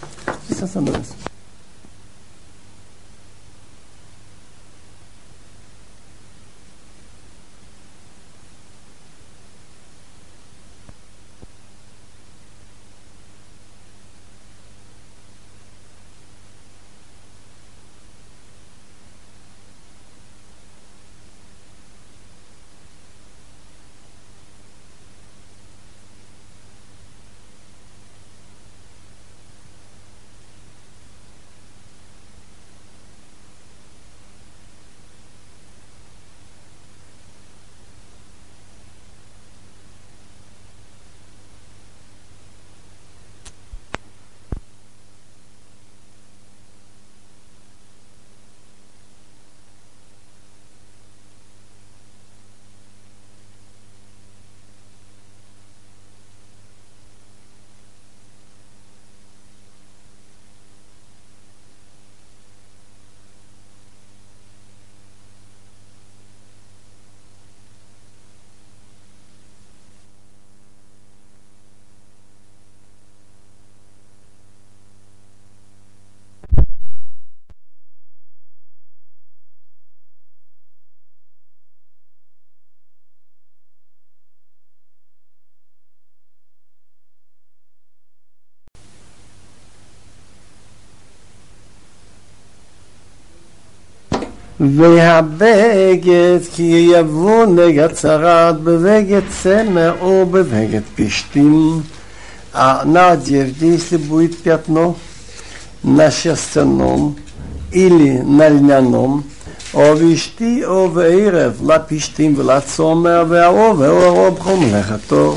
והבגד כי יבוא נגע צרת בבגד צמר או בבגד пиштим. А на одежде, если будет пятно, на шерстяном или на льняном, או באשתי או בערב, לפשתים ולצומר והעובר או בכל מלאכתו.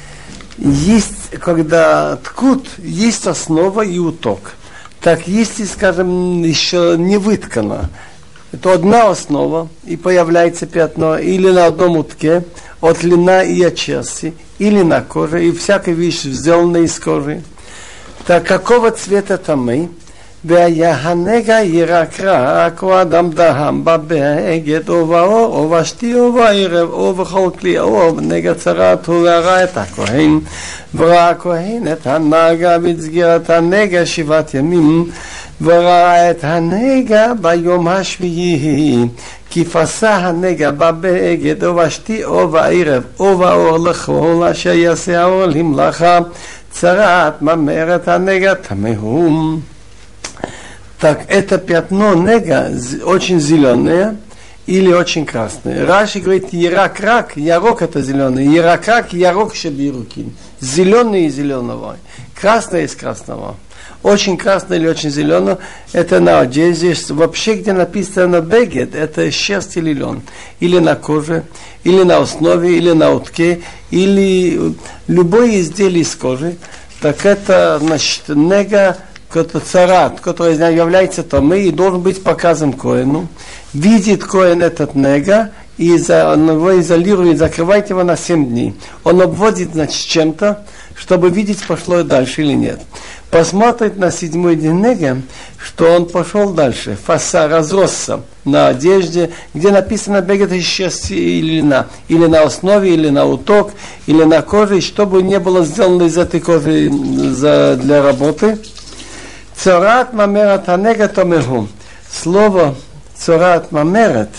Есть, когда ткут, есть основа и уток. Так, если, скажем, еще не выткано, это одна основа, и появляется пятно, или на одном утке, от льна и от шерсти, или на коже, и всякая вещь сделана из кожи. Так какого цвета тамы? והנגע ירקרק או אדם דהם בבגד או באור או בשתי או בערב או בכל כלי או בנגע צרת הוא ראה את הכהן וראה הכהן את הנגע בסגירת הנגע 7 ימים וראה את הנגע ביום השביעי כי פסע הנגע בבגד או בשתי או בערב או באור לכל אשר יעשה האור למלאכה צרת ממרת הנגע טמא. Так, это пятно нега очень зеленое или очень красное. Раши говорит, ярак-рак, ярок это зеленый, ярак-рак, ярок шебирукин. Зеленый из зеленого, красное из красного. Очень красное или очень зеленое, это на одежде. Вообще, где написано бегет, это шерсть или лен. Или на коже, или на основе, или на утке, или любое изделие из кожи. Так это, значит, нега, царат, который является тамы и должен быть показан коэну. Видит коэн этот нега и он его изолирует, закрывает его на 7 дней. Он обводит, значит, чем-то, чтобы видеть, пошло дальше или нет. Посмотрит на 7-й день нега, что он пошел дальше. Фаса разросся на одежде, где написано бегет из шерсти или на основе, или на уток, или на коже, чтобы не было сделано из этой кожи для работы. Царат мамерат анега томеху. Слово цорат мамерет.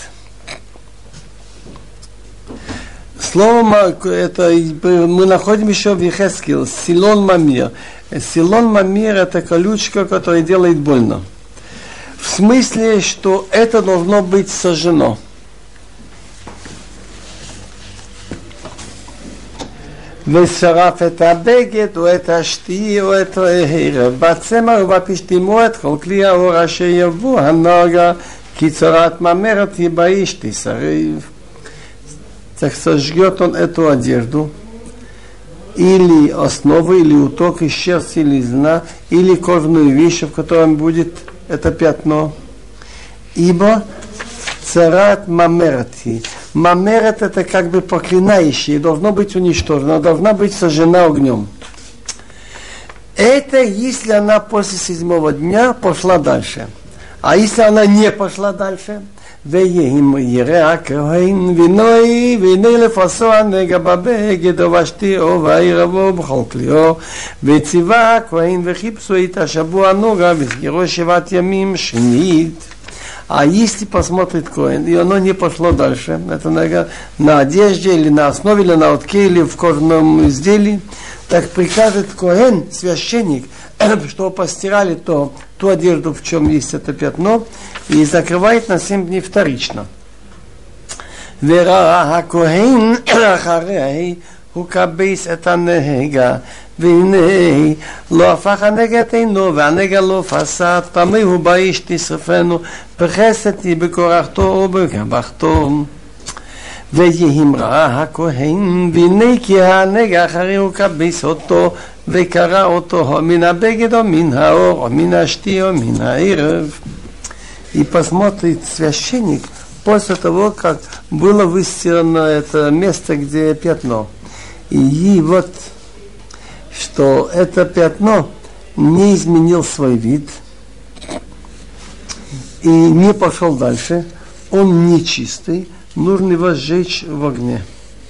Слово это мы находим еще в Ехескил, силон мамир. Силон мамир это колючка, которая делает больно. В смысле, что это должно быть сожжено. ושרף את הבגד או את השתי או את הערב בצמר ובפשתימו את כל כלי האור אשר יבוא הנוגה כי צורת ממרת היא באיש תסרב. Так сожгет он эту одежду или основу, или уток из шерсти, или из льна, или кожаную вещь, в котором будет это пятно. Ибо царат мамерти. Мамерет это как бы проклинающее, должно быть уничтожено, должна быть сожжена огнем. Это если она после 7-го дня пошла дальше. А если она не пошла дальше, ויהם ירא הכהן וינוי ויני לפסו הנגע בבגד ובשתיו וירבו בכל כליו וציווה הכהן וחיפשו את השבוע הנוגה וסגירו 7 ימים שנית. А если посмотрит коэн, и оно не пошло дальше, это на одежде, или на основе, или на утке, или в кожаном изделии, так прикажет коэн, священник, что постирали ту одежду, в чем есть это пятно, и закрывает на 7 дней вторично. וראה הכהן אחרי הוא קבס את הנגע והנה לא הפך הנגע את עינו והנגע לא פסד טמא הוא באיש תשרפנו בחסד היא בכורחתו ובגבחתו ויהים ראה הכהן והנה כי הנגע אחרי הוא קבס אותו וקרא אותו מן הבגד או מן האור או מן השתי או מן הערב. И посмотрит священник после того, как было выстирано это место, где пятно. И вот, что это пятно не изменил свой вид и не пошел дальше, он нечистый, нужно его сжечь в огне.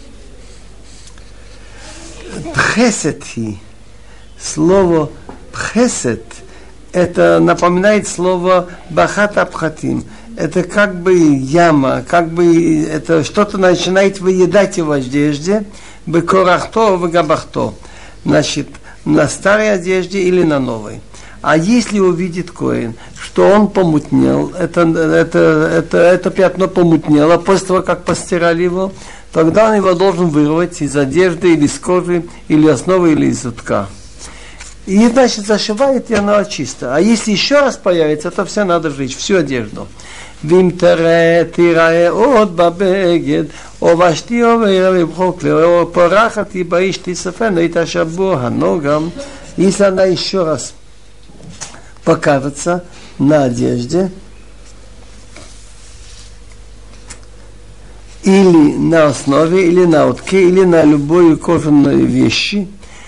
Пхесети, слово пхесет, это напоминает слово бахата пхатим. Это как бы яма, как бы это что-то начинает выедать его в одежде, бекорахто, вегабахто. Значит, на старой одежде или на новой. А если увидит коэн, что он помутнел, это пятно помутнело после того, как постирали его, тогда он его должен вырвать из одежды или из кожи, или основы, или из утка. И, значит, зашивает, и она чисто. А если еще раз появится, то все надо сжечь, всю одежду. ואם תראה עוד בבגד, או בשתי או בערב ובחוק לאור, פורחת היא באיש תספנו את השבוע הנוגם. Если она еще раз покажется на одежде, или на основе, или на утке, или на любой кожаной вещи,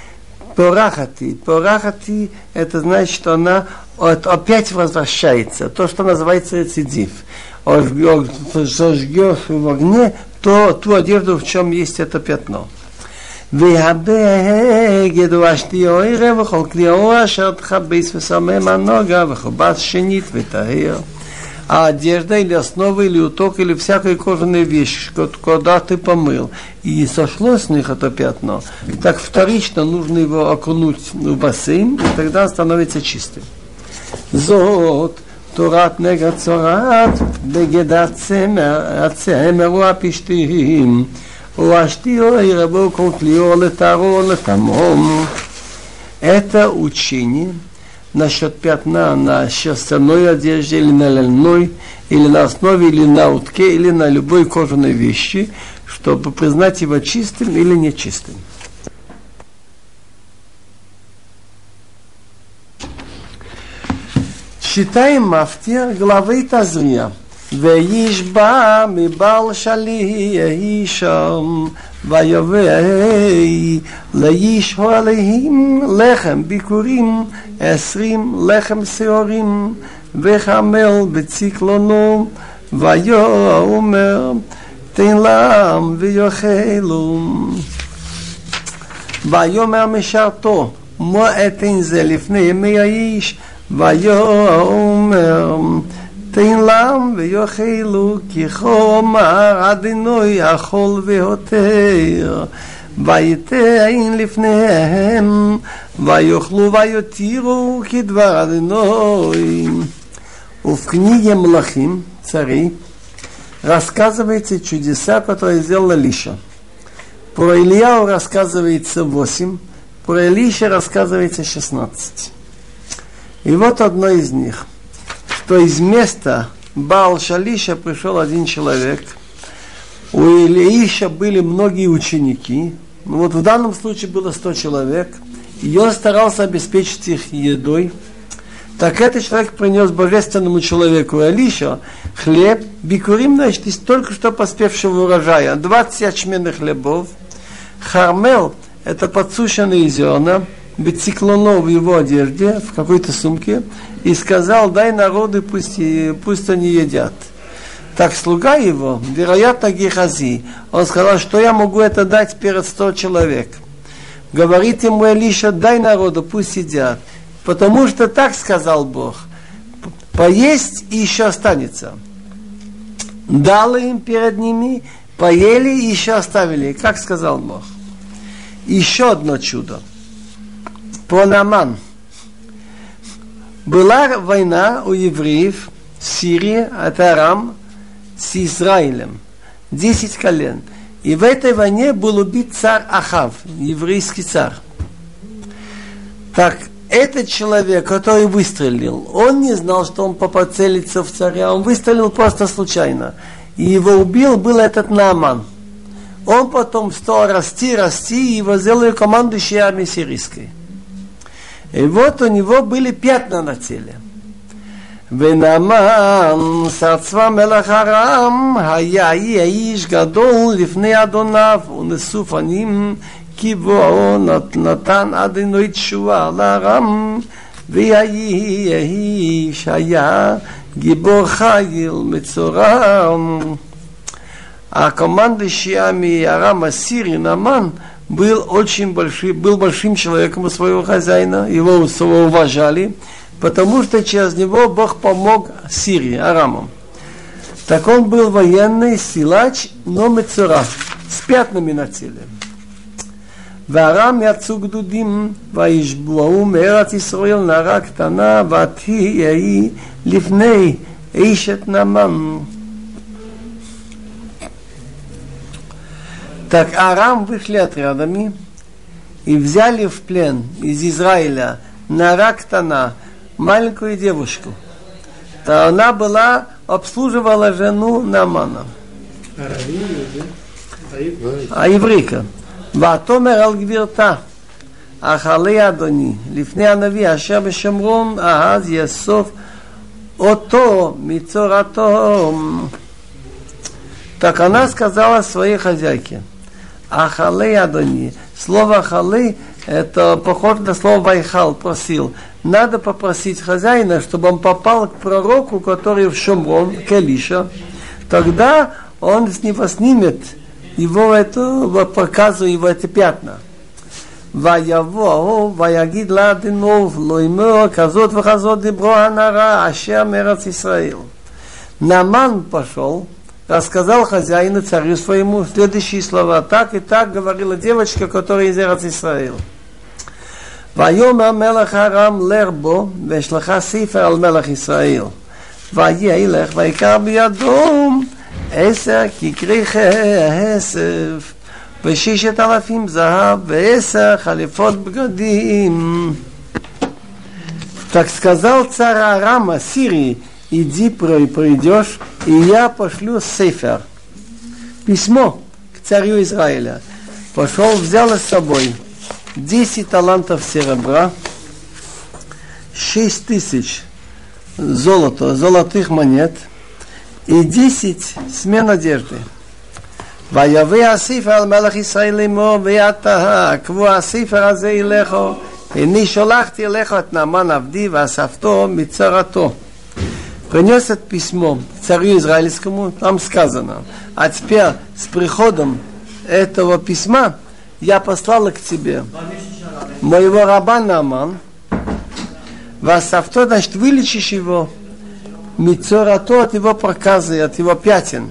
порахати, это значит, что она опять возвращается, то, что называется рецидив. Зажгешь в огне ту одежду, в чем есть это пятно. והבגד ובשתי או ערב וכל כלי האור אשר תכבס ושמם הנוגה וכובס שנית וטהר. А одежда или основа, или уток, или всякая кожаная вещь, куда ты помыл, и сошло с них это пятно, так вторично нужно его окунуть в бассейн, и тогда становится чистым. Зот תורת נגע צורת בגד הצמר והפשתים ובשתי או ערב וכל כלי או לטהרו או לטמאו. Это учение насчет пятна на шерстяной одежде, или на льняной, или на основе, или на утке, или на любой кожаной вещи, чтобы признать его чистым или нечистым. Читаем Мафтир главы Тазрия. וישבע מבעל שלי שם ויובא לישהו עליהם לחם ביכורים 20 לחם שעורים וחמל בצקלונו ויאמר תן להם ויאכלו ויאמר משרתו מה אתן זה לפני ימי האיש ויאמר תן להם ויאכלו כי חומר אדינוי אכול והותר ויתן לפניהם ויאכלו ויותירו כדבר אדינוי. В книге Млахим, царей, рассказывается чудеса, которые сделал Илиша. Про Ильяу рассказывается 8, про Илиша рассказывается 16. И вот одно из них, что из места Баал-Шалиша пришел один человек. У Илиша были многие ученики. Вот в данном случае было 100 человек. И он старался обеспечить их едой. Так этот человек принес божественному человеку Илиша хлеб, бикурим, значит, из только что поспевшего урожая, 20 ячменных хлебов, хармел, это подсушенные зерна, бециклоно в его одежде, в какой-то сумке, и сказал, дай народу, пусть они едят. Так слуга его, вероятно, Гехази, он сказал, что я могу это дать перед 100 человек. Говорит ему Илиша, дай народу, пусть едят. Потому что так сказал Бог, поесть и еще останется. Дал им перед ними, поели и еще оставили, как сказал Бог. Еще одно чудо. Про Нааман. Была война у евреев в Сирии, от Арам, с Израилем. 10 колен. И в этой войне был убит царь Ахав, еврейский царь. Так, этот человек, который выстрелил, он не знал, что он поцелится в царя, он выстрелил просто случайно. И его убил был этот Нааман. Он потом стал расти, и его сделали командующей армией сирийской. И вот у него были пятна на теле. ונאמן שר צבא מלך ארם היה האיש גדול לפני אדוניו ונשוא פנים כי בואו נתן אדוני תשועה לארם ויהי האיש היה גיבור חיל מצורע. А командующий армией Арама Сирии Нааман был большим человеком у своего хозяина, его уважали, потому что через него Бог помог Сирии, Арамам. Так он был военный силач, но мецура, с пятнами на теле. והרם יצאו גדודים וישבועו מארץ ישראל נערה קטנה ותהי לפני אשת נאמן. Так Арам вышли отрядами и взяли в плен из Израиля Нара Ктана, маленькую девушку. То она обслуживала жену Наамана. А еврейка. ותאמר על גבירתה, אכלי אדוני, לפני הנביא אשר בשומרון, אז יאסוף אותו מצורתו. Так она сказала своей хозяйке, Ахалей Адони. Слово Ахалей это похоже на слово Вайхал, просил. Надо попросить хозяина, чтобы он попал к пророку, который в Шомрон, к Илиша. Тогда он с него снимет показывая его эти пятна. ויבוא ויגיד לאדינוב לא אמור כזאת וכזאת דיברו הנערה אשר מארץ ישראל. Нааман пошел, рассказал хозяину, царю своему, следующие слова. Так и так говорила девочка, которая из Эрец Исраил. ויאמר מלך ארם לך בו וישלח ספר על מלך ישראל. וילך ויקח בידו 10 ככרי כסף ו6,000 זהב ו10 חליפות бгадим. Так сказал царь Арама Сирии, иди пройдешь, и я пошлю сейфер, письмо к царю Израиля. Пошел, взял с собой 10 талантов серебра, 6000 золотых монет и 10 смен одежды. ויביא הספר על מלך ישראל לאמור ויעתה עקבו הספר הזה אליכו הנה שלחתי אליך את נאמן עבדי ואספתו מצרתו. Принес это письмо царю израильскому, там сказано, а теперь с приходом этого письма я послал к тебе моего раба Нааман, васавто, значит, вылечишь его мицорато от его проказы, от его пятен.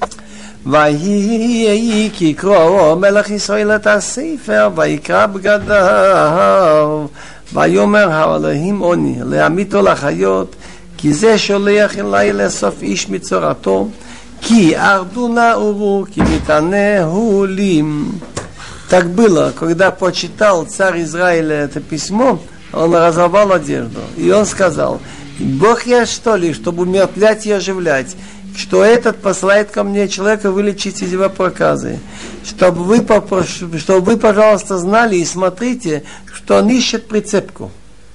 ויהי כי יקרא מלך ישראל את הספר ויקרא בגדיו ויאמר האלוהים עוני להמיתו לחיות כי זה שולח אלי לאסוף איש מצורתו כי арду науру כי מתענה הוא לי. Так было, когда почитал царь Израиля это письмо, он разорвал одежду и он сказал: Бог я что ли, чтобы умертвлять и оживлять, что этот посылает ко мне человека вылечить из его проказы, чтобы вы, пожалуйста, знали и смотрите, что он ищет прицепку.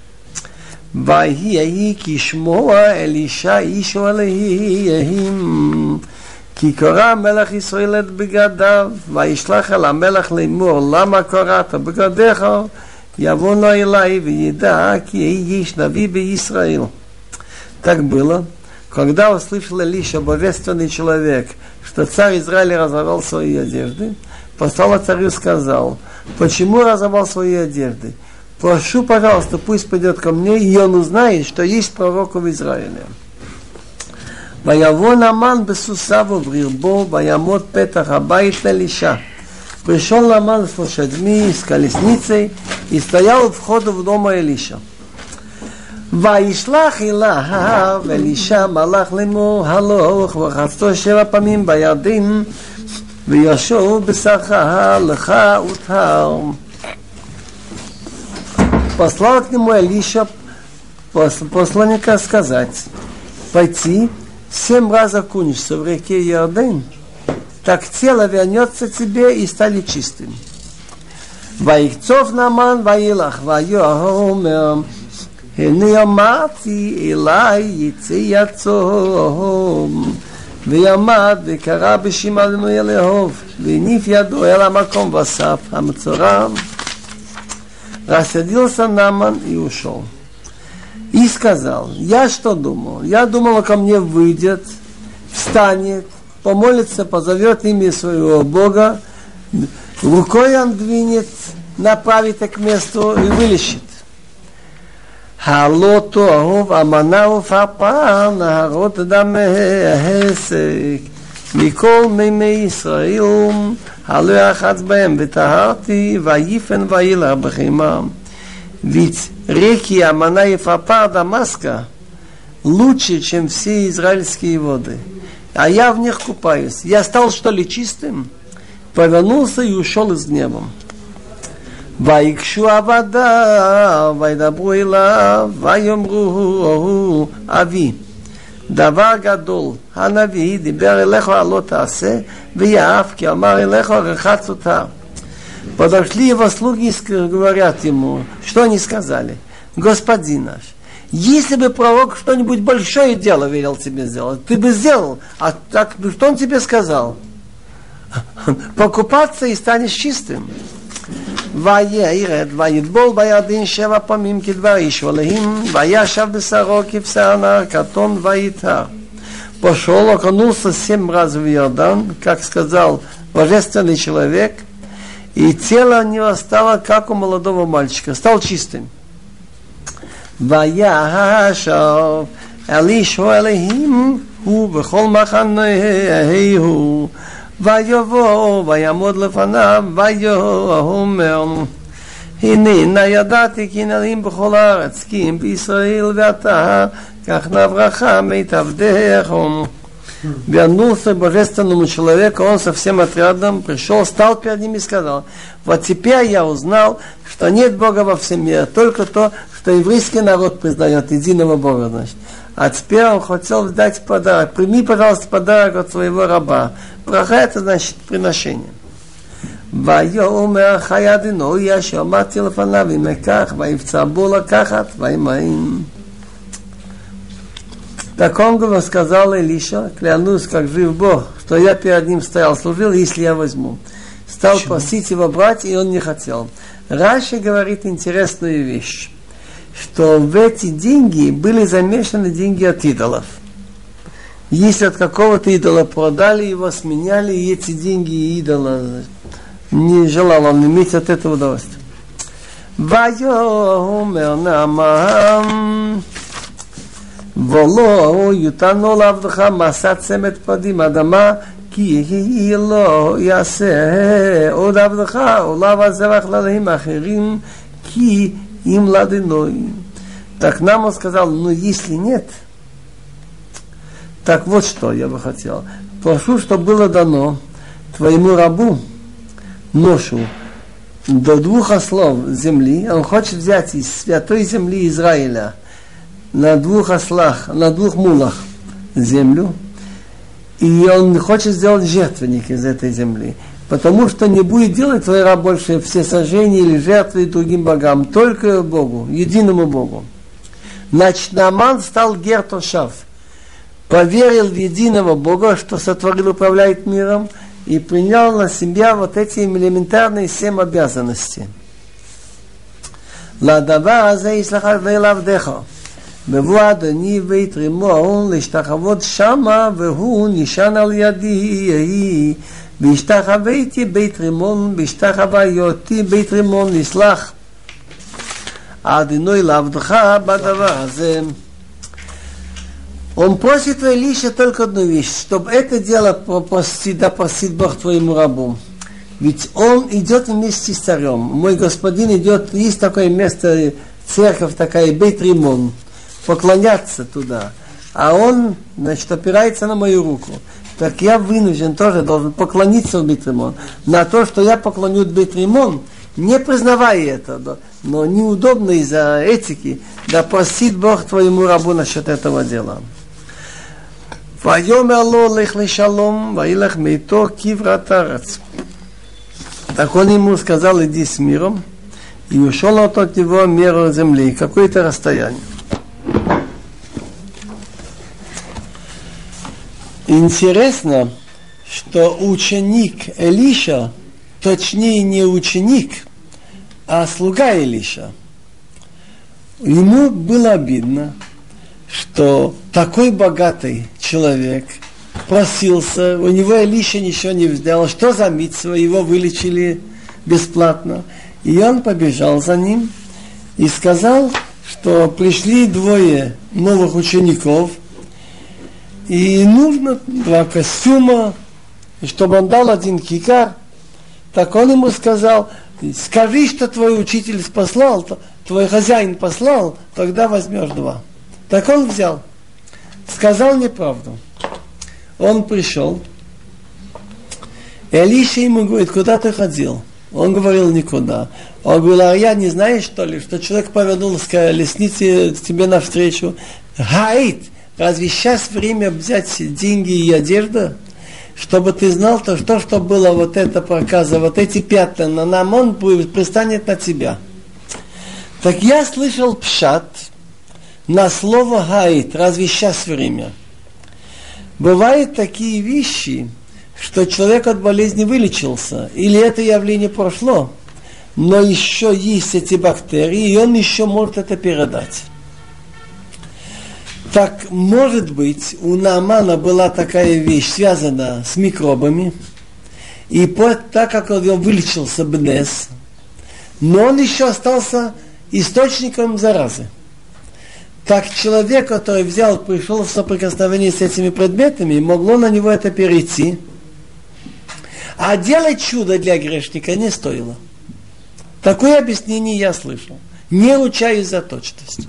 ויהי כי שמוע אלישע איש אלוהים כי קרע מלך ישראל את בגדיו וישלח אל המלך לאמור למה קרעת בגדיך יבוא לו אלי וידע כי יש נביא בישראל. Так было, когда услышал Илиша, божественный человек, что царь Израиля разорвал свои одежды, послал царю и сказал: почему разорвал свои одежды? Прошу, пожалуйста, пусть пойдет ко мне, и он узнает, что есть пророк в Израиле. ויבוא נאמן בסוסיו וברבו ויעמוד פתח הבית לאלישע. пришел Нааман с лошадьми, с колесницей и стоял у входа в дом Илиша. וישלח אליו אלישע מלאך לאמור הלוך ורחצתו 7 פעמים בירדן וישוב בשרך לך וטהר. Послал к нему Илиша посланника сказать: пойти 7 раз окунешься в реке Иордан, так тело вернется тебе и станет чистым. ויקצוף נאמן וילך ויאמר הנה אמרתי אלי יצא יצום ויעמד וקרא בשם אדוני לאהוב והניף ידו אל המקום ואסף המצורע. Рассердился Нааман и ушел. И сказал: я что думал? Я думал, ко мне выйдет, встанет, помолится, позовет имя своего Бога, рукой он двинет, направит к месту и вылечит. הלא תאהב אמנה ופרפר נהרות דמי ההסק מכל מימי ישראל הלא יחץ בהם וטהרתי ויפן וילך בחמם. Ведь реки Амана и Фарпар Дамаска лучше, чем все израильские воды, а я в них купаюсь. Я стал что ли чистым? Повернулся и ушел из гневом. ויקשו עבדיו וידברו אליו ויאמרו אבי דבר גדול הנביא דיבר אליך לא תעשה ויעף כי אמר אליך רחץ אותה. Подошли его слуги и говорят ему, что они сказали: господин наш, если бы пророк что-нибудь большое дело велел тебе сделать, ты бы сделал, а так что он тебе сказал? Покупаться и станешь чистым. וירד ויטבול בירדן 7 פעמים כדבר איש אלוהים וישב בשרו כבשר נהר כתום ויטהר. Пошел, окунулся 7 раз в Иордан, как сказал божественный человек, и тело у него стало как у молодого мальчика, стал чистым. וישב אלישע אלוהים הוא בכל מחנהו ויבוא ויעמוד לפניו ויאמר הנה נא ידעתי כי נרים בכל הארץ כי אם בישראל ואתה כך נברכה מאת עבדיך. Вернулся к божественному человеку, он со всем отрядом пришел, стал перед ним и сказал: вот теперь я узнал, что нет Бога во всем мире, только то, что еврейский народ признает единого Бога. Значит. А теперь он хотел дать подарок. Прими, пожалуйста, подарок от своего раба. Браха — это значит приношение. ויאמר חי אדוני אשר אמרתי לפניו אם אקח ויבצע בו לקחת וימאן. Так он сказал Илиша: клянусь, как жив Бог, что я перед ним стоял, служил, если я возьму. Стал просить его брать, и он не хотел. Раши говорит интересную вещь, что в эти деньги были замешаны деньги от идолов. Если от какого-то идола продали его, сменяли, и эти деньги идола не желал он иметь от этого удовольствия. ויאמר נאמן ולא יותנו לעבדך מסע צמד פדים אדמה כי לא יעשה עוד עבדך עולה והזבח לאלוהים אחרים כי им ладыной. Так нам он сказал, ну если нет, так вот что я бы хотел. Прошу, чтобы было дано твоему рабу ношу до 2 ослов земли. Он хочет взять из святой земли Израиля на 2 ослах, на 2 мулах землю. И он хочет сделать жертвенник из этой земли. Потому что не будет делать твой раб больше все сожжения или жертвы другим богам, только Богу, единому Богу. Значит, Нааман стал гер тошав, поверил в единого Бога, что сотворил, управляет миром, и принял на себя вот эти элементарные 7 обязанностей. לדבר הזה ישלח לעבדך, בבוא אדוני בית רימון להשתחוות שמה, והוא נשען על ידי יהי, והשתחוויתי בית רימון, בהשתחוויותי בית רימון נסלח. אדוני לעבדך בדבר הזה. Он просит у Илиша только одну вещь, чтобы это дело попросит Бог твоему рабу. Ведь он идет вместе с царем. Мой господин идет, есть такое место, церковь такая, Бейт Римон, поклоняться туда. А он, значит, опирается на мою руку. Так я вынужден тоже должен поклониться в Бейт Римон. На то, что я поклоню Бейт Римон, не признавая это, но неудобно из-за этики, да просит Бог твоему рабу насчет этого дела. ויאמר לו לך לשלום וילך מאיתו כברת הארץ. Так он ему сказал, иди с миром, и ушел от него меру земли, какое-то расстояние. Интересно, что ученик Илиша, точнее не ученик, а слуга Илиша, ему было обидно, что такой богатый человек просился, у него Илиша ничего не взял, что за митцва, его вылечили бесплатно. И он побежал за ним и сказал, что пришли 2 новых учеников, и нужно 2 костюма, и чтобы он дал 1 кикар. Так он ему сказал, скажи, что твой учитель послал, твой хозяин послал, тогда возьмешь 2. Так он взял, сказал неправду. Он пришел, Илиша ему говорит, куда ты ходил? Он говорил, никуда. Он говорил, а я не знаю, что ли, что человек повернул с колесницы к тебе навстречу. Гаит, разве сейчас время взять деньги и одежду? Чтобы ты знал, то что было вот это проказа, вот эти пятна, на нам он пристанет на тебя. Так я слышал пшат на слово гаит, разве сейчас время? Бывают такие вещи, что человек от болезни вылечился, или это явление прошло, но еще есть эти бактерии, и он еще может это передать. Так, может быть, у Наамана была такая вещь, связана с микробами, и так как он вылечился бнес, но он еще остался источником заразы. Так человек, который пришел в соприкосновение с этими предметами, могло на него это перейти. А делать чудо для грешника не стоило. Такое объяснение я слышал. Не ручаюсь за точность.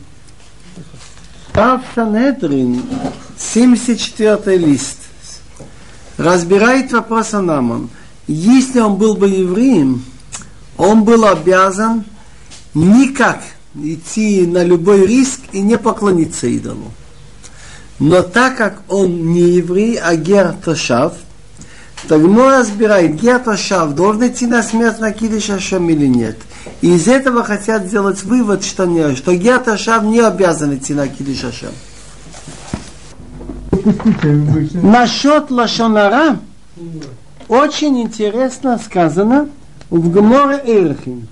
Рав Санедрин, 74 лист, разбирает вопрос о Нааман. Если он был бы евреем, он был обязан никак идти на любой риск и не поклониться идолу. Но так как он не еврей, а гер тошав, то ему разбирает, гер тошав должен идти на смерть на кидуш Ашем или нет. И из этого хотят сделать вывод, что гер тошав не обязан идти на кидуш Ашем. Насчет лашон ара очень интересно сказано в Геморе Эрхин.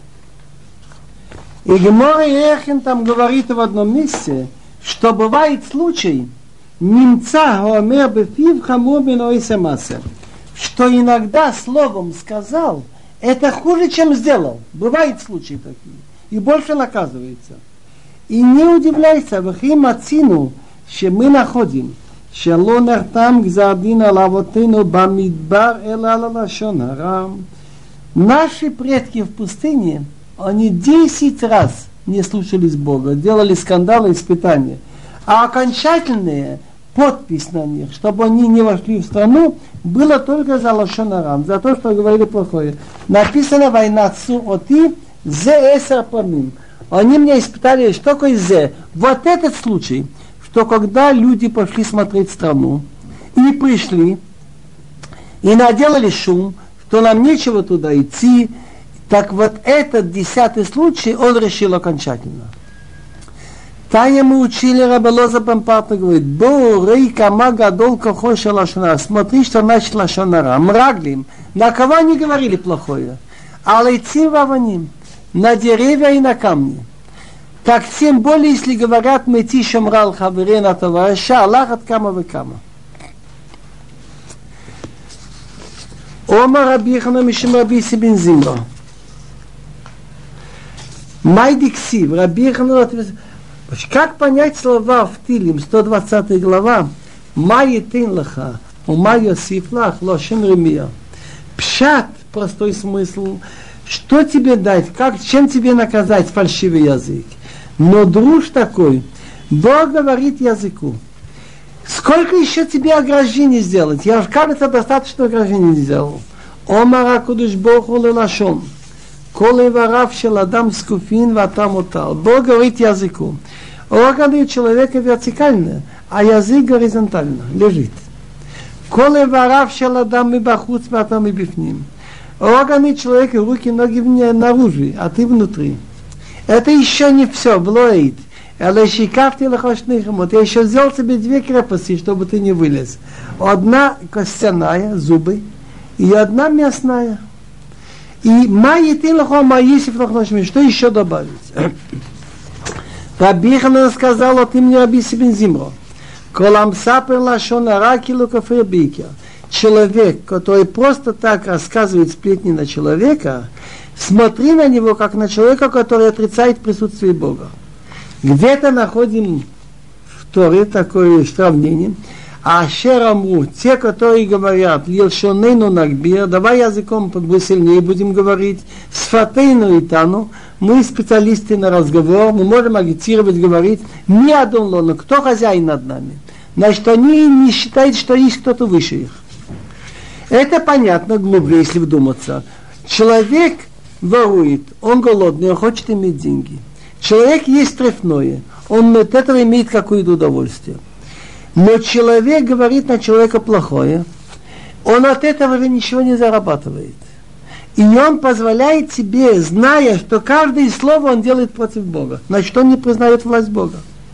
И Гемора Эрхин там говорит в одном месте, что бывает случай, немца гомер бефив хамур беноисе масе, что иногда словом сказал, это хуже, чем сделал. Бывают случаи такие. И больше наказывается. И не удивляйся, вахим ацину, что мы находим, שלא נחתם גזר דין על אבותינו במדבר אלא על הלשון הרע. Наши предки в пустыне, они 10 раз не слушались Бога, делали скандалы, испытания. А окончательная подпись на них, чтобы они не вошли в страну, было только за лашон ара, за то, что говорили плохое. Написано война оти зе эсер памим. Они меня испытали, что такое зе. Вот этот случай, что когда люди пошли смотреть страну и пришли и наделали шум, что нам нечего туда идти, так вот этот 10-й случай он решил окончательно. Таня мы учили Рабби Лоза Бампарта, говорит, бо рей кама гадол кохоша лашонара, смотри, что значит лашонара, мраглим, на кого они говорили плохое, а лейцим ваваним, на деревья и на камни. Так тем более, если говорят, мы ти шамрал хаверена товарища, Аллах от кама ве кама. Ома Раби Хана мишем Раби Сибин Зимро. Майдиксив, Раби Хана, как понять слова в Тилим, 120 глава, Май тин лаха, умай йосиф лах, лошен ремия. Пшат, простой смысл, что тебе дать, чем тебе наказать фальшивый язык. Но друж такой, Бог говорит языку, сколько еще тебе ограждений сделать? Я, кажется, достаточно ограждений сделал. Омара кудуш Богу лелашон. Коли варав шеладам скуфин ватам утал. Бог говорит языку. Органы человека вертикально, а язык горизонтально лежит. Коли варав шеладам мибахуц ватам мибифним. Органы человека, руки, ноги наружу, а ты внутри. Это еще не все, блоид. Але шикавти лохошныхамот. Я еще взял себе 2 крепости, чтобы ты не вылез. Одна костяная, зубы, и одна мясная. И майи лохо маисиф лохношми. Что еще добавить? Раби Хана сказал от имени Раби Сибин Зимро. Колам сапер лашон ара килу кафир бикер. Человек, который просто так рассказывает сплетни на человека, смотри на него, как на человека, который отрицает присутствие Бога. Где-то находим в Торе такое сравнение. Ашер амру, те, которые говорят, лилшонейну нагбир, давай языком посильнее будем говорить, сфатейну итану, мы специалисты на разговор, мы можем агитировать, говорить, не адон, кто хозяин над нами. Значит, они не считают, что есть кто-то выше их. Это понятно глубже, если вдуматься. Человек ворует, он голодный, он хочет иметь деньги. Человек есть трефное, он от этого имеет какое-то удовольствие. Но человек говорит на человека плохое, он от этого же ничего не зарабатывает. И он позволяет себе, зная, что каждое слово он делает против Бога. Значит, он не признает власть Бога.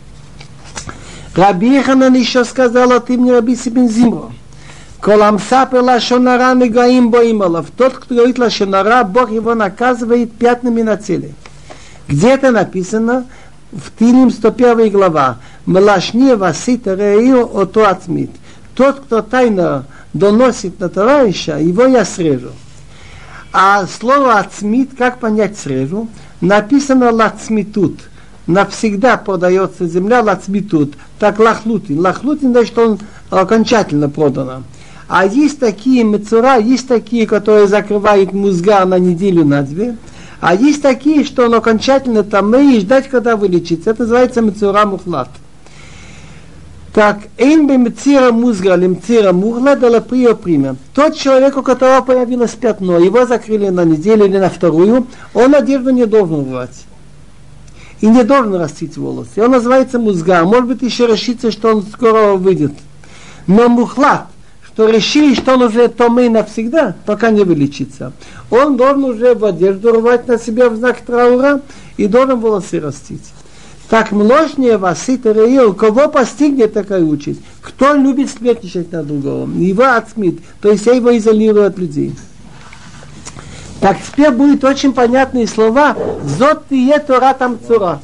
Раби Ханан еще сказал от имени Раби Сибин Зимро. Колам сапер лашонара негаим боималов. Тот, кто говорит лашонара, Бог его наказывает пятнами на теле. Где-то написано в Тилим 101 глава. Млашне васита реио ото ацмит. Тот, кто тайно доносит на товарища, его я срежу. А слово ацмит, как понять срежу? Написано лацмитут. Навсегда продается земля лацмитут. Так лахлутин. Лахлутин, значит, он окончательно продано. А есть такие мецура, есть такие, которые закрывают музга на неделю, на 2. А есть такие, что он окончательно там и ждать, когда вылечится. Это называется мецура мухлат. Так, эйн бе мецира музга или мецира мухлат, але прио приме. Тот человек, у которого появилось пятно, его закрыли на неделю или на 2, он одежду не должен рвать. И не должен растить волосы. Он называется музга. Может быть, еще решится, что он скоро выйдет. Но мухлат, что решили, что он уже томей навсегда, пока не вылечится. Он должен уже в одежду рвать на себя в знак траура и должен волосы растить. Так множнее васита реил, кого постигнет такая участь? Кто любит сплетничать на другого? Его отсмит, то есть я его изолирую от людей. Так теперь будет очень понятные слова. Зот тие тора там цура.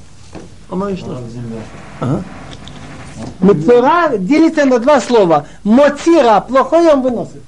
Мецура делится на 2 слова. Моцира, плохое он выносит.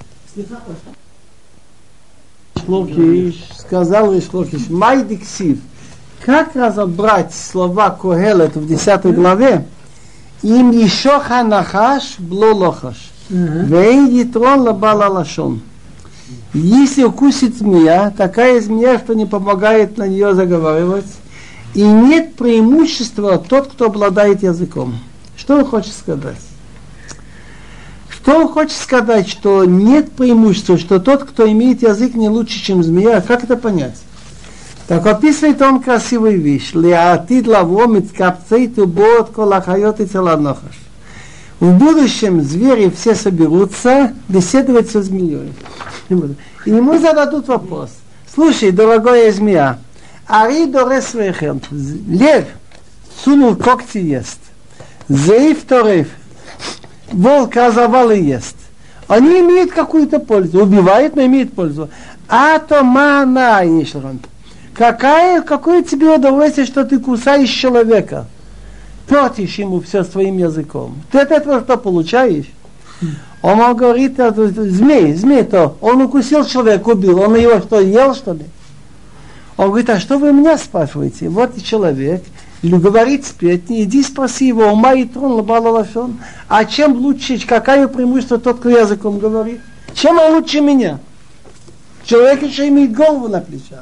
Шлокиш, сказал Ришлокиш, майдиксив. как разобрать слова Когелет в 10 главе? Им еще ханахаш бло лохаш. Вей ятрон лабала лашон. Если укусит змея, такая змея, что не помогает на нее заговаривать, и нет преимущества тот, кто обладает языком. Что он хочет сказать? Что он хочет сказать, что нет преимущества, что тот, кто имеет язык, не лучше, чем змея? Как это понять? Так описывает он красивую вещь. Леатид лавомит капцейт убот колахайот и целанохаш. В будущем звери все соберутся беседовать со змеей. И ему зададут вопрос. Слушай, дорогая змея, ари дорес вехем, лев сунул когти ест, зеев торев, волк разорвал и ест. Они имеют какую-то пользу, убивают, но имеют пользу. А то мана ишлрон. Какое тебе удовольствие, что ты кусаешь человека? Портишь ему все своим языком. Ты от этого что получаешь? Он говорит, змей-то, он укусил человека, убил, он его что, ел, что ли? Он говорит, а что вы меня спрашиваете? Вот человек, или говорит сплетни, иди спроси его, ума и трон лабала лашон. А чем лучше, какое преимущество тот, кто языком говорит? Чем он лучше меня? Человек еще имеет голову на плечах.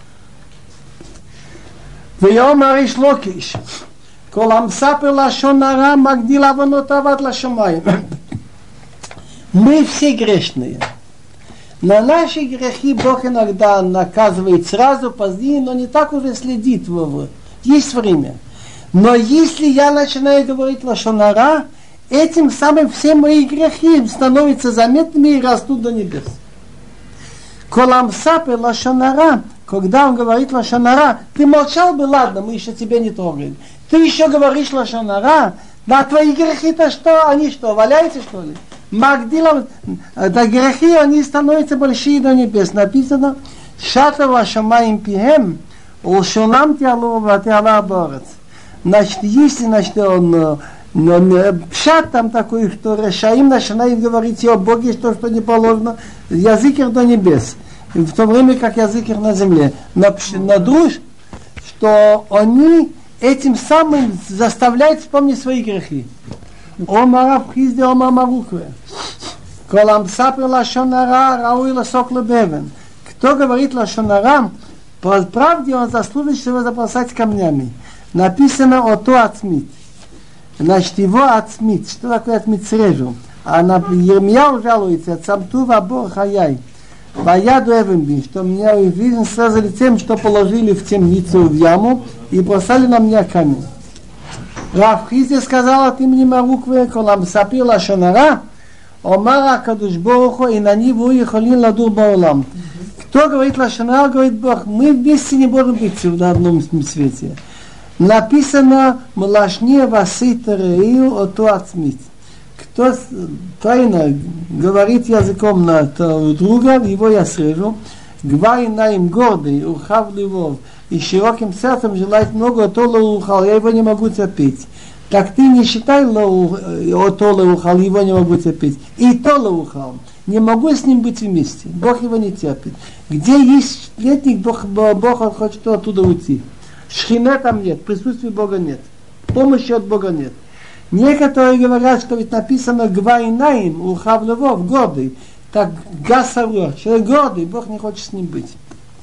ויאמר איש לוקיש, כל המספר לשון הרע מגדיל עוונותיו עד לשמיים. Мы все грешные. На наши грехи Бог иногда наказывает сразу, позднее, но не так уже следит. Есть время. Но если я начинаю говорить лашон ара, этим самым все мои грехи становятся заметными и растут до небес. Колам сапе лашон ара, когда он говорит лашон ара, ты молчал бы, ладно, мы еще тебя не трогаем. Ты еще говоришь лашон ара, да твои грехи-то что, они что, валяются что ли? Магдилам, да грехи, они становятся большие до небес. Написано, шата вашамаим пихем, улшунам тиалова тиала борец. Значит, если, он пшат там такой, что решаим начинает говорить о Боге, что не положено, язык их до небес. В то время как язык их на земле. На друж, что они этим самым заставляют вспомнить свои грехи. Омара вхизде ома марукве. Колам сапер лашон ара рауи ласок лебевен. Кто говорит лашон ара, по правде он заслужит, чтобы забросать камнями. Написано ото ацмит. Значит, его ацмит. Что такое ацмит? Срежу. А на Ермияу жалуется, цамту вабор хаяй. Ваяду эвенби, что меня увидели сразу лицем, что положили в темницу, в яму, и бросали на меня камень. Рав Хизде сказал от имени Марукве, колам сапир лашон ара, омара кадуш боруху, и на него ехали ладур баолам. Кто говорит лашон ара, говорит Бог, мы вместе не можем быть на одном свете. Написано, млашне васита рею оту ацмит. Кто тайно говорит языком на друга, его я срежу. Гвай наим гордый, ухав ливов, и широким сердцем желает много, то лоухал, я его не могу терпеть. Так ты не считай то лоухал, его не могу терпеть. И то лоухал, не могу с ним быть вместе. Бог его не терпит. Где есть сплетник, Бог он хочет оттуда уйти. Шхине там нет, присутствия Бога нет, помощи от Бога нет. Некоторые говорят, что ведь написано гвайнаим, ухав левов, гордый. Так гасавро, человек гордый, Бог не хочет с ним быть.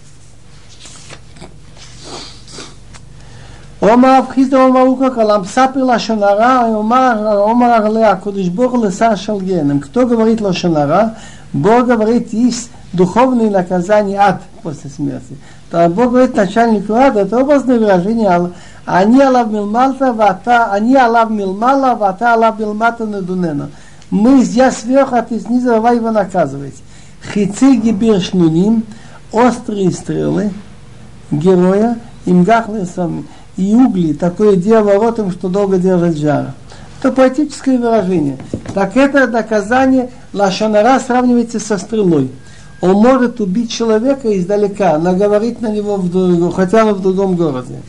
Омар Абхизда Омарука Калам Сапир лашон ара, Омар Арлеа Кодыш Бог леса шалгеном. Кто говорит лашон ара, Бог говорит, есть духовные наказания ад после смерти. То Бог говорит начальнику ада, это образное выражение. Они алав милмалта, они алав милмала, вата алав милмата недунена. Мы я сверху, а ты снизу, давай его наказывать. Хици гибир шнуним, острые стрелы героя, имгахлы сами. И угли, такое диаворотом, что долго держит жара. Это поэтическое выражение. Так это наказание лашон ара сравнивается со стрелой. Он может убить человека издалека, наговорить на него, хотя бы в другом городе.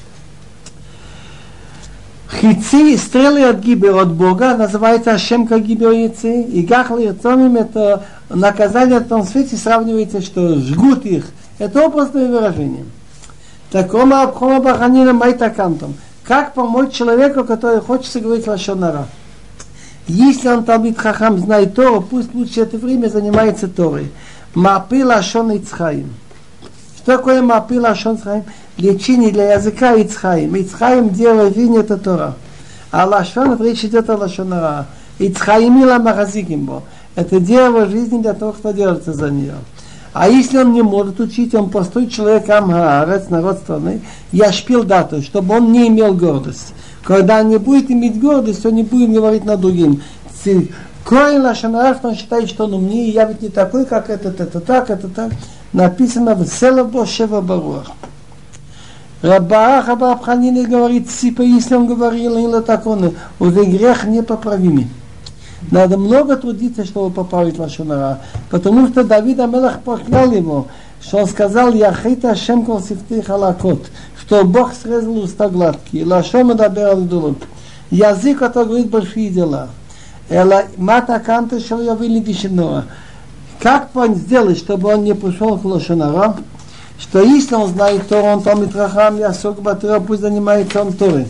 Хици, стрелы от гибер от Бога, называется Ашем как гибер яйцы, и гахлы яцомим, это наказание в том свете сравнивается, что жгут их. Это образное выражение. Такому обхома баханина майтакантом. Как помочь человеку, который хочет говорить лашон ара? Если он талмид хахам знает Тору, пусть лучше это время занимается Торой. Мапи лашон ицхаим. Что такое мапи лашон ицхаим? Лечение для языка ицхаим. Ицхаим дело винь это Тора. А лашон, речь идет о лашон ара. Ицхаим ила махазикимбо. Это дело жизни для того, кто держится за нее. А если он не может учить, он простой человек, амхаарец, народ страны, я шпил дату, чтобы он не имел гордость. Когда он не будет иметь гордость, он не будет говорить над другим. Корень лашон ара, что он считает, что он умнее, я ведь не такой, как этот, это так. Написано в Селабо Шева Баруах. Раббарах Абабханин говорит, типа, если он говорил, или так он, уже грех непоправимый. Надо много трудиться, чтобы поправить лашон ара, потому что Давид Амелах проклял его, что он сказал, яхита Ашем кол сифты халакот, что Бог срезал уста гладкие, лашон медабер алдулот, язык, который говорит большие дела. Эла мата канта шел явили дишиноа. Как сделать, чтобы он не пришел к лашон ара? Что если он знает Тору, он там и трахам, я сок батыра, пусть занимается он Торой.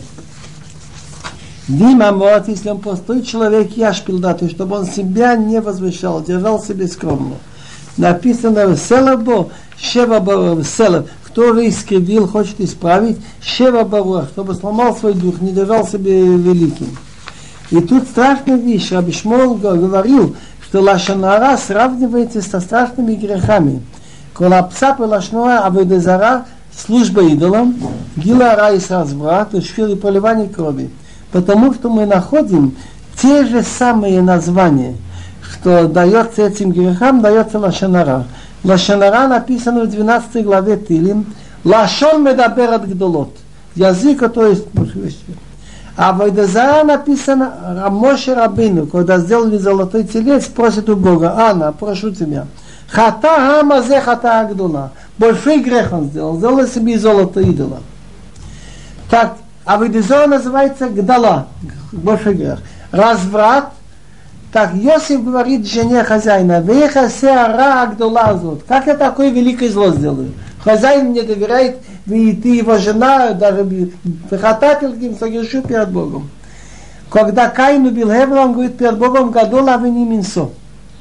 Дима мот, если он простой человек, я шпилдатый, чтобы он себя не возвышал, держал себя скромно. Написано в Селабо, Шева Баруах, Селаб, кто же искривил, хочет исправить, Шева Баруах, чтобы сломал свой дух, не держал себя великим. И тут страшная вещь, Раби Шмуэл говорил, что лашон ара сравнивается со страшными грехами. Колапсап и лашон ара, авойда зара, служба идолам, гила ара и разврат, швир и поливание крови. Потому что мы находим те же самые названия, что дается этим грехам, дается лашон ара. Лашон ара написано в 12 главе Тилим, лашон медабер ад гдолот, язык, который есть. А в Айдазара написано Моше Рабейну, когда сделали золотой телец, просит у Бога, Анна, прошу тебя, хата амазе хата агдула, большой грех он сделал себе золото идола. Так, а в Айдазара называется Гдала, большой грех. Разврат, так Йосиф говорит жене хозяина, вехасе ара агдула зот, как я такое великое зло сделаю? Хозяин мне доверяет, и ты его жена, даже хататель, согрешу перед Богом. Когда Каин убил Хевела, он говорит перед Богом, гадол авени минсо.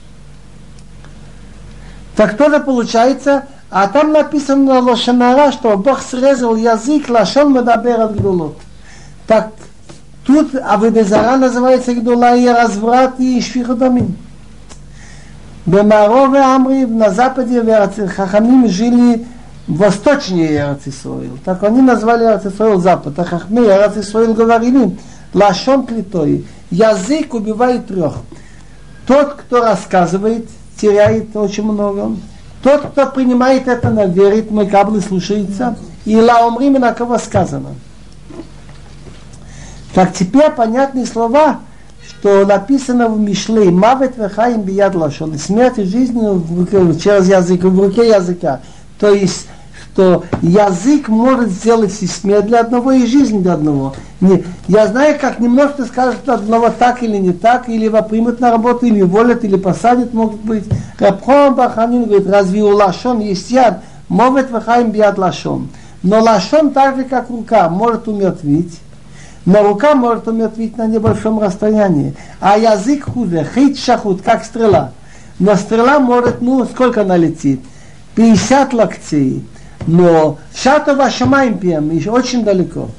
Так тоже получается, а там написано лашон ара, что Бог срезал язык, лашон медабер ад гдулот. Так тут авойда зара называется гдула и разврат и швих дамим. Бемарове Амри на западе хахамим жили восточнее Эрец Исроил. Так они назвали Эрец Исроил запад. А хахмы Эрец Исроил говорили, лашон клитой, язык убивает трех. Тот, кто рассказывает, теряет очень много. Тот, кто принимает это на верит, мой каблы слушается, и лаумрим, на кого сказано. Так теперь понятные слова, что написано в Мишле, мавет вехаим бияд лашон, смерть и жизнь через язык, в руке языка. То есть, что язык может сделать и смерть для одного, и жизнь для одного. Я знаю, как немножко скажут одного так или не так, или его примут на работу, или уволят, или посадят, может быть. Рабхам Баханин говорит, разве у лашон есть яд? Мовет вахаим бияд лашон. Но лашон так же, как рука, может умертвить. Но рука может умертвить на небольшом расстоянии. А язык хуже, хит шахут, как стрела. Но стрела может, сколько она летит? 50 локтей. Но шатова шамаим пьем, еще очень далеко.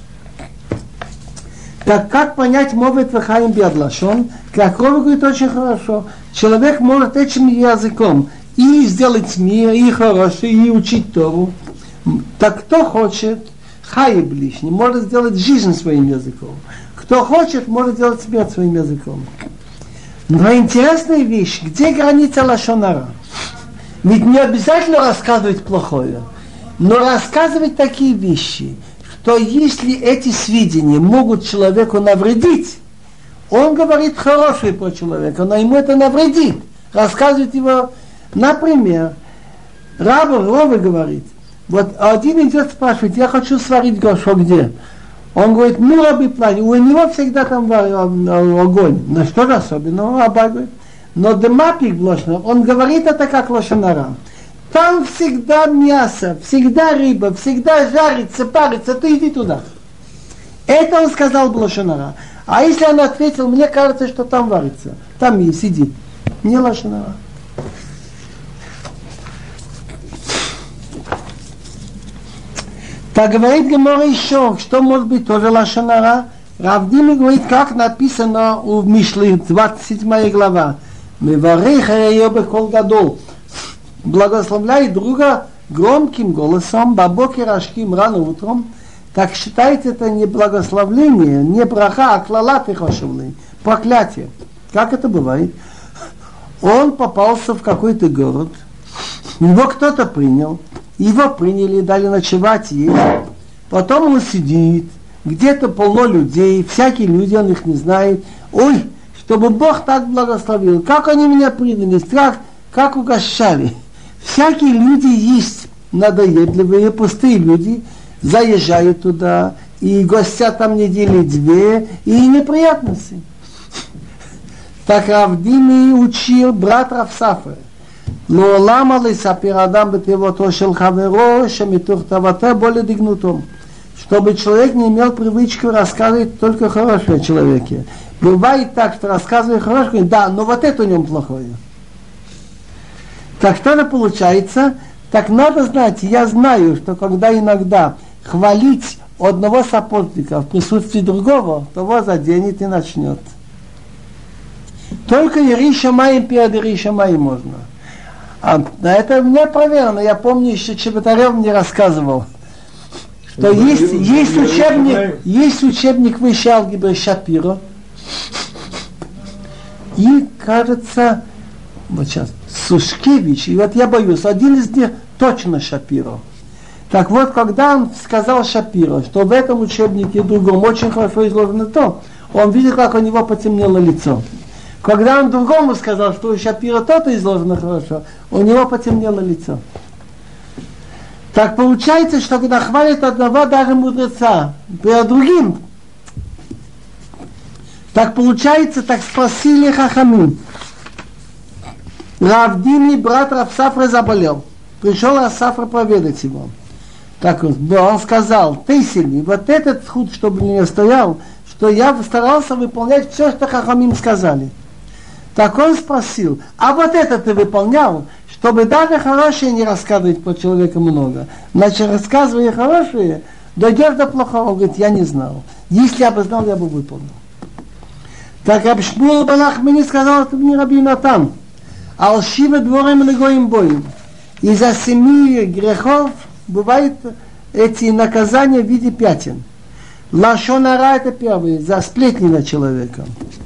Так как понять мовет вахаим бияд лашон? Как Ров говорит очень хорошо. Человек может этим языком и сделать мир, и хороший, и учить Тору. Так кто хочет, хаиб лишний, может сделать жизнь своим языком. Кто хочет, может сделать смерть своим языком. Но интересная вещь, где граница лашон ара? Ведь не обязательно рассказывать плохое, но рассказывать такие вещи, что если эти сведения могут человеку навредить, он говорит хорошее про человека, но ему это навредит. Рассказывает его, например, Рова говорит, вот один идет спрашивает, я хочу сварить горшок, где? Он говорит, раби плани, у него всегда там огонь. Ну что же особенного, Абай говорит. Но демапик блошно, он говорит это как лашон ара. Там всегда мясо, всегда рыба, всегда жарится, парится, ты иди туда. Это он сказал лашон ара. А если он ответил, мне кажется, что там варится, там есть, иди. Не лашон ара. Так говорит Гемора еще, что может быть тоже лашон ара. Рав Дими говорит, как написано в Мишле, 27 глава. Меварих ее бекол гадол. Благословляет друга громким голосом, бабокер ашким рано утром. Так считайте, это не благословление, не браха, а клалат и хошевный, проклятие. Как это бывает? Он попался в какой-то город, его кто-то принял, его приняли, дали ночевать есть. Потом он сидит, где-то полно людей, всякие люди, он их не знает. Ой, чтобы Бог так благословил, как они меня приняли, как угощали. Всякие люди есть надоедливые, пустые люди, заезжают туда, и гостят там недели две, и неприятности. Так Рав Дими учил брат Рав Сафра. לעולם לא יספר אדם בתיבותו של חברו שמתוך תאוותו בו לדגנותו. Чтобы человек не имел привычку рассказывать только хорошее о человеке. Бывает так, что рассказывает хорошее, да, но вот это у него плохое. Так что это получается? Так надо знать, я знаю, что когда иногда хвалить одного сапожника в присутствии другого, того заденет и начнет. Только Ири Шамаим перед Ири Шамаим можно. А это мне проверено. Я помню, еще Чеботарев мне рассказывал, что есть учебник высшей алгебры Шапиро. И, кажется, вот сейчас, Сушкевич, и вот я боюсь, один из них точно Шапиро. Так вот, когда он сказал Шапиро, что в этом учебнике другом очень хорошо изложено то, он видел, как у него потемнело лицо. Когда он другому сказал, что у Шапира то-то изложено хорошо, у него потемнело лицо. Так получается, что когда хвалит одного даже мудреца, перед другим, так получается, так спросили хахамим. Рав Дими, брат Рав Сафра, заболел. Пришел Рав Сафра проведать его. Так он сказал, ты сильный, вот этот худ, чтобы не стоял, что я старался выполнять все, что хахамим сказали. Так он спросил, а вот это ты выполнял, чтобы даже хорошее не рассказывать по человеку много. Значит, рассказывая хорошее, дойдешь до плохого. Он говорит, я не знал. Если я бы знал, я бы выполнил. Так Раб Шмуэл бен Ахмани сказал, это мне Раби Натан. Алшива дворим легоим боим. Из-за 7 грехов бывают эти наказания в виде пятен. Лашон ара это первое, за сплетни над человеком.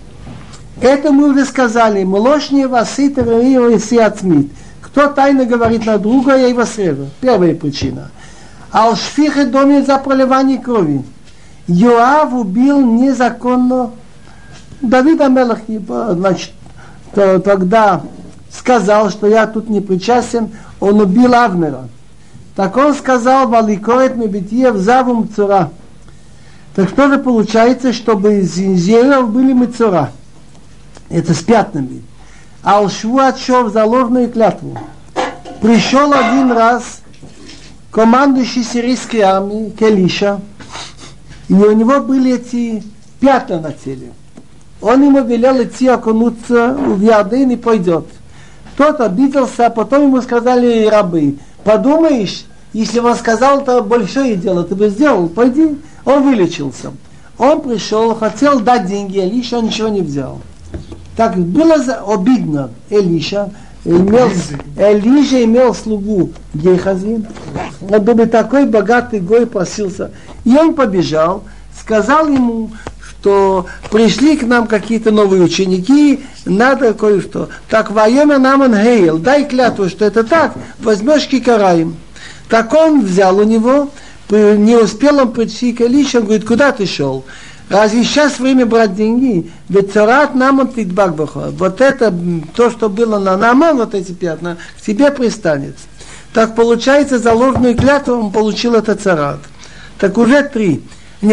Это мы уже сказали. Молочнее васит раио и сиатмит. Кто тайно говорит на друга, я его срежу. Первая причина. Алшфихе доме за проливание крови. Йоав убил незаконно. Давид Амелах, значит, тогда сказал, что я тут не причастен, он убил Авнера. Так он сказал, валикорет мебитьев завум цура. Так что же получается, чтобы из инжиров были мецура? Это с пятнами. Алшву отшов за ложную клятву. Пришел один раз командующий сирийской армией Келиша, и у него были эти пятна на теле. Он ему велел идти окунуться в Ярден и пойдет. Тот обиделся, а потом ему сказали рабы, подумаешь, если он сказал, то большое дело ты бы сделал, пойди. Он вылечился. Он пришел, хотел дать деньги Элише, он ничего не взял. Так было обидно Элиша. Элиша имел слугу Гехази. Он был такой богатый гой, просился. И он побежал, сказал ему, что пришли к нам какие-то новые ученики, надо кое-что. Так воема нам ангейл, дай клятву, что это так, возьмешь кикараим. Так он взял у него, не успел он прийти к Элише, он говорит, куда ты шел? Разве сейчас время брать деньги? Ведь царат намон тидбакбаха. Вот это, то, что было на намон, вот эти пятна, к тебе пристанет. Так получается, за ложную клятву он получил этот царат. Так уже 3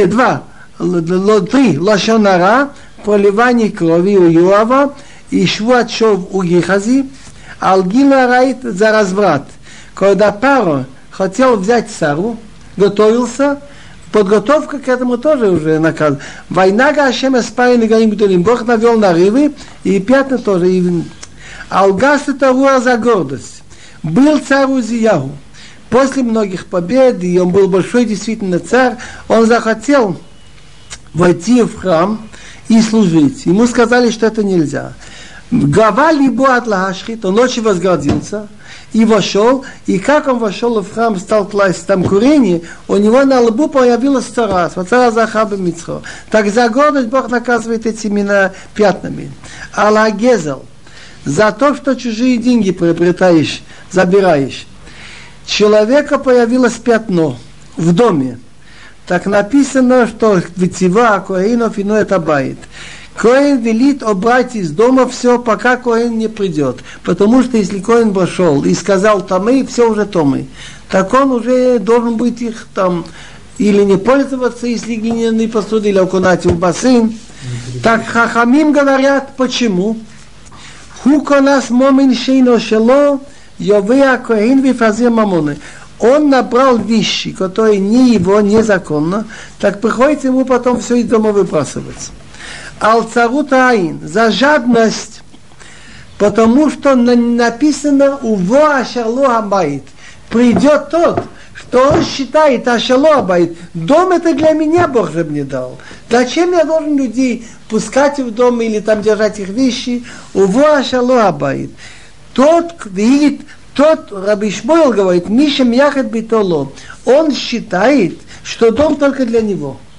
лашон ара, проливание крови у Йоава, и швуат шов у Гехази, алгила райт за разврат. когда Паро хотел взять Сару, готовился, подготовка к этому тоже уже наказ. Война Гашем Эспарин и Гаим Гдолим. Бог навел нарывы, и пятна тоже. Алгас это руа за гордость. Был царь Узияху. После многих побед, и он был большой действительно царь, он захотел войти в храм и служить. Ему сказали, что это нельзя. Гава либо атлахашхит, он очень возгордился и вошел, и как он вошел в храм, стал класть там курение, у него на лбу появилась цара, цара Захаба Мицхо. Так за гордость Бог наказывает этими пятнами. Алла Гезел, за то, что чужие деньги приобретаешь, забираешь. Человека появилось пятно в доме. Так написано, что витива коэнов ино это бает. Коэн велит убрать из дома все, пока коэн не придет. Потому что если коэн вошел и сказал тамы, все уже томы. Так он уже должен быть их там или не пользоваться, если глиняные посуды, или окунать в бассейн. Так хахамим говорят, почему? Хуко нас момин шейно шело, йовеа коэн вифазир мамоны. Он набрал вещи, которые не его, незаконно, так приходится ему потом все из дома выбрасывать. Алцарут аин, за жадность, потому что написано «Уво ашарло абайт». Придет тот, что он считает ашарло абайт. Дом это для меня Бог же мне дал. Зачем я должен людей пускать в дом или там держать их вещи? «Уво ашарло абайт». Тот видит, тот Раби Шмуэл говорит, Мишем яхет битоло, он считает, что дом только для него.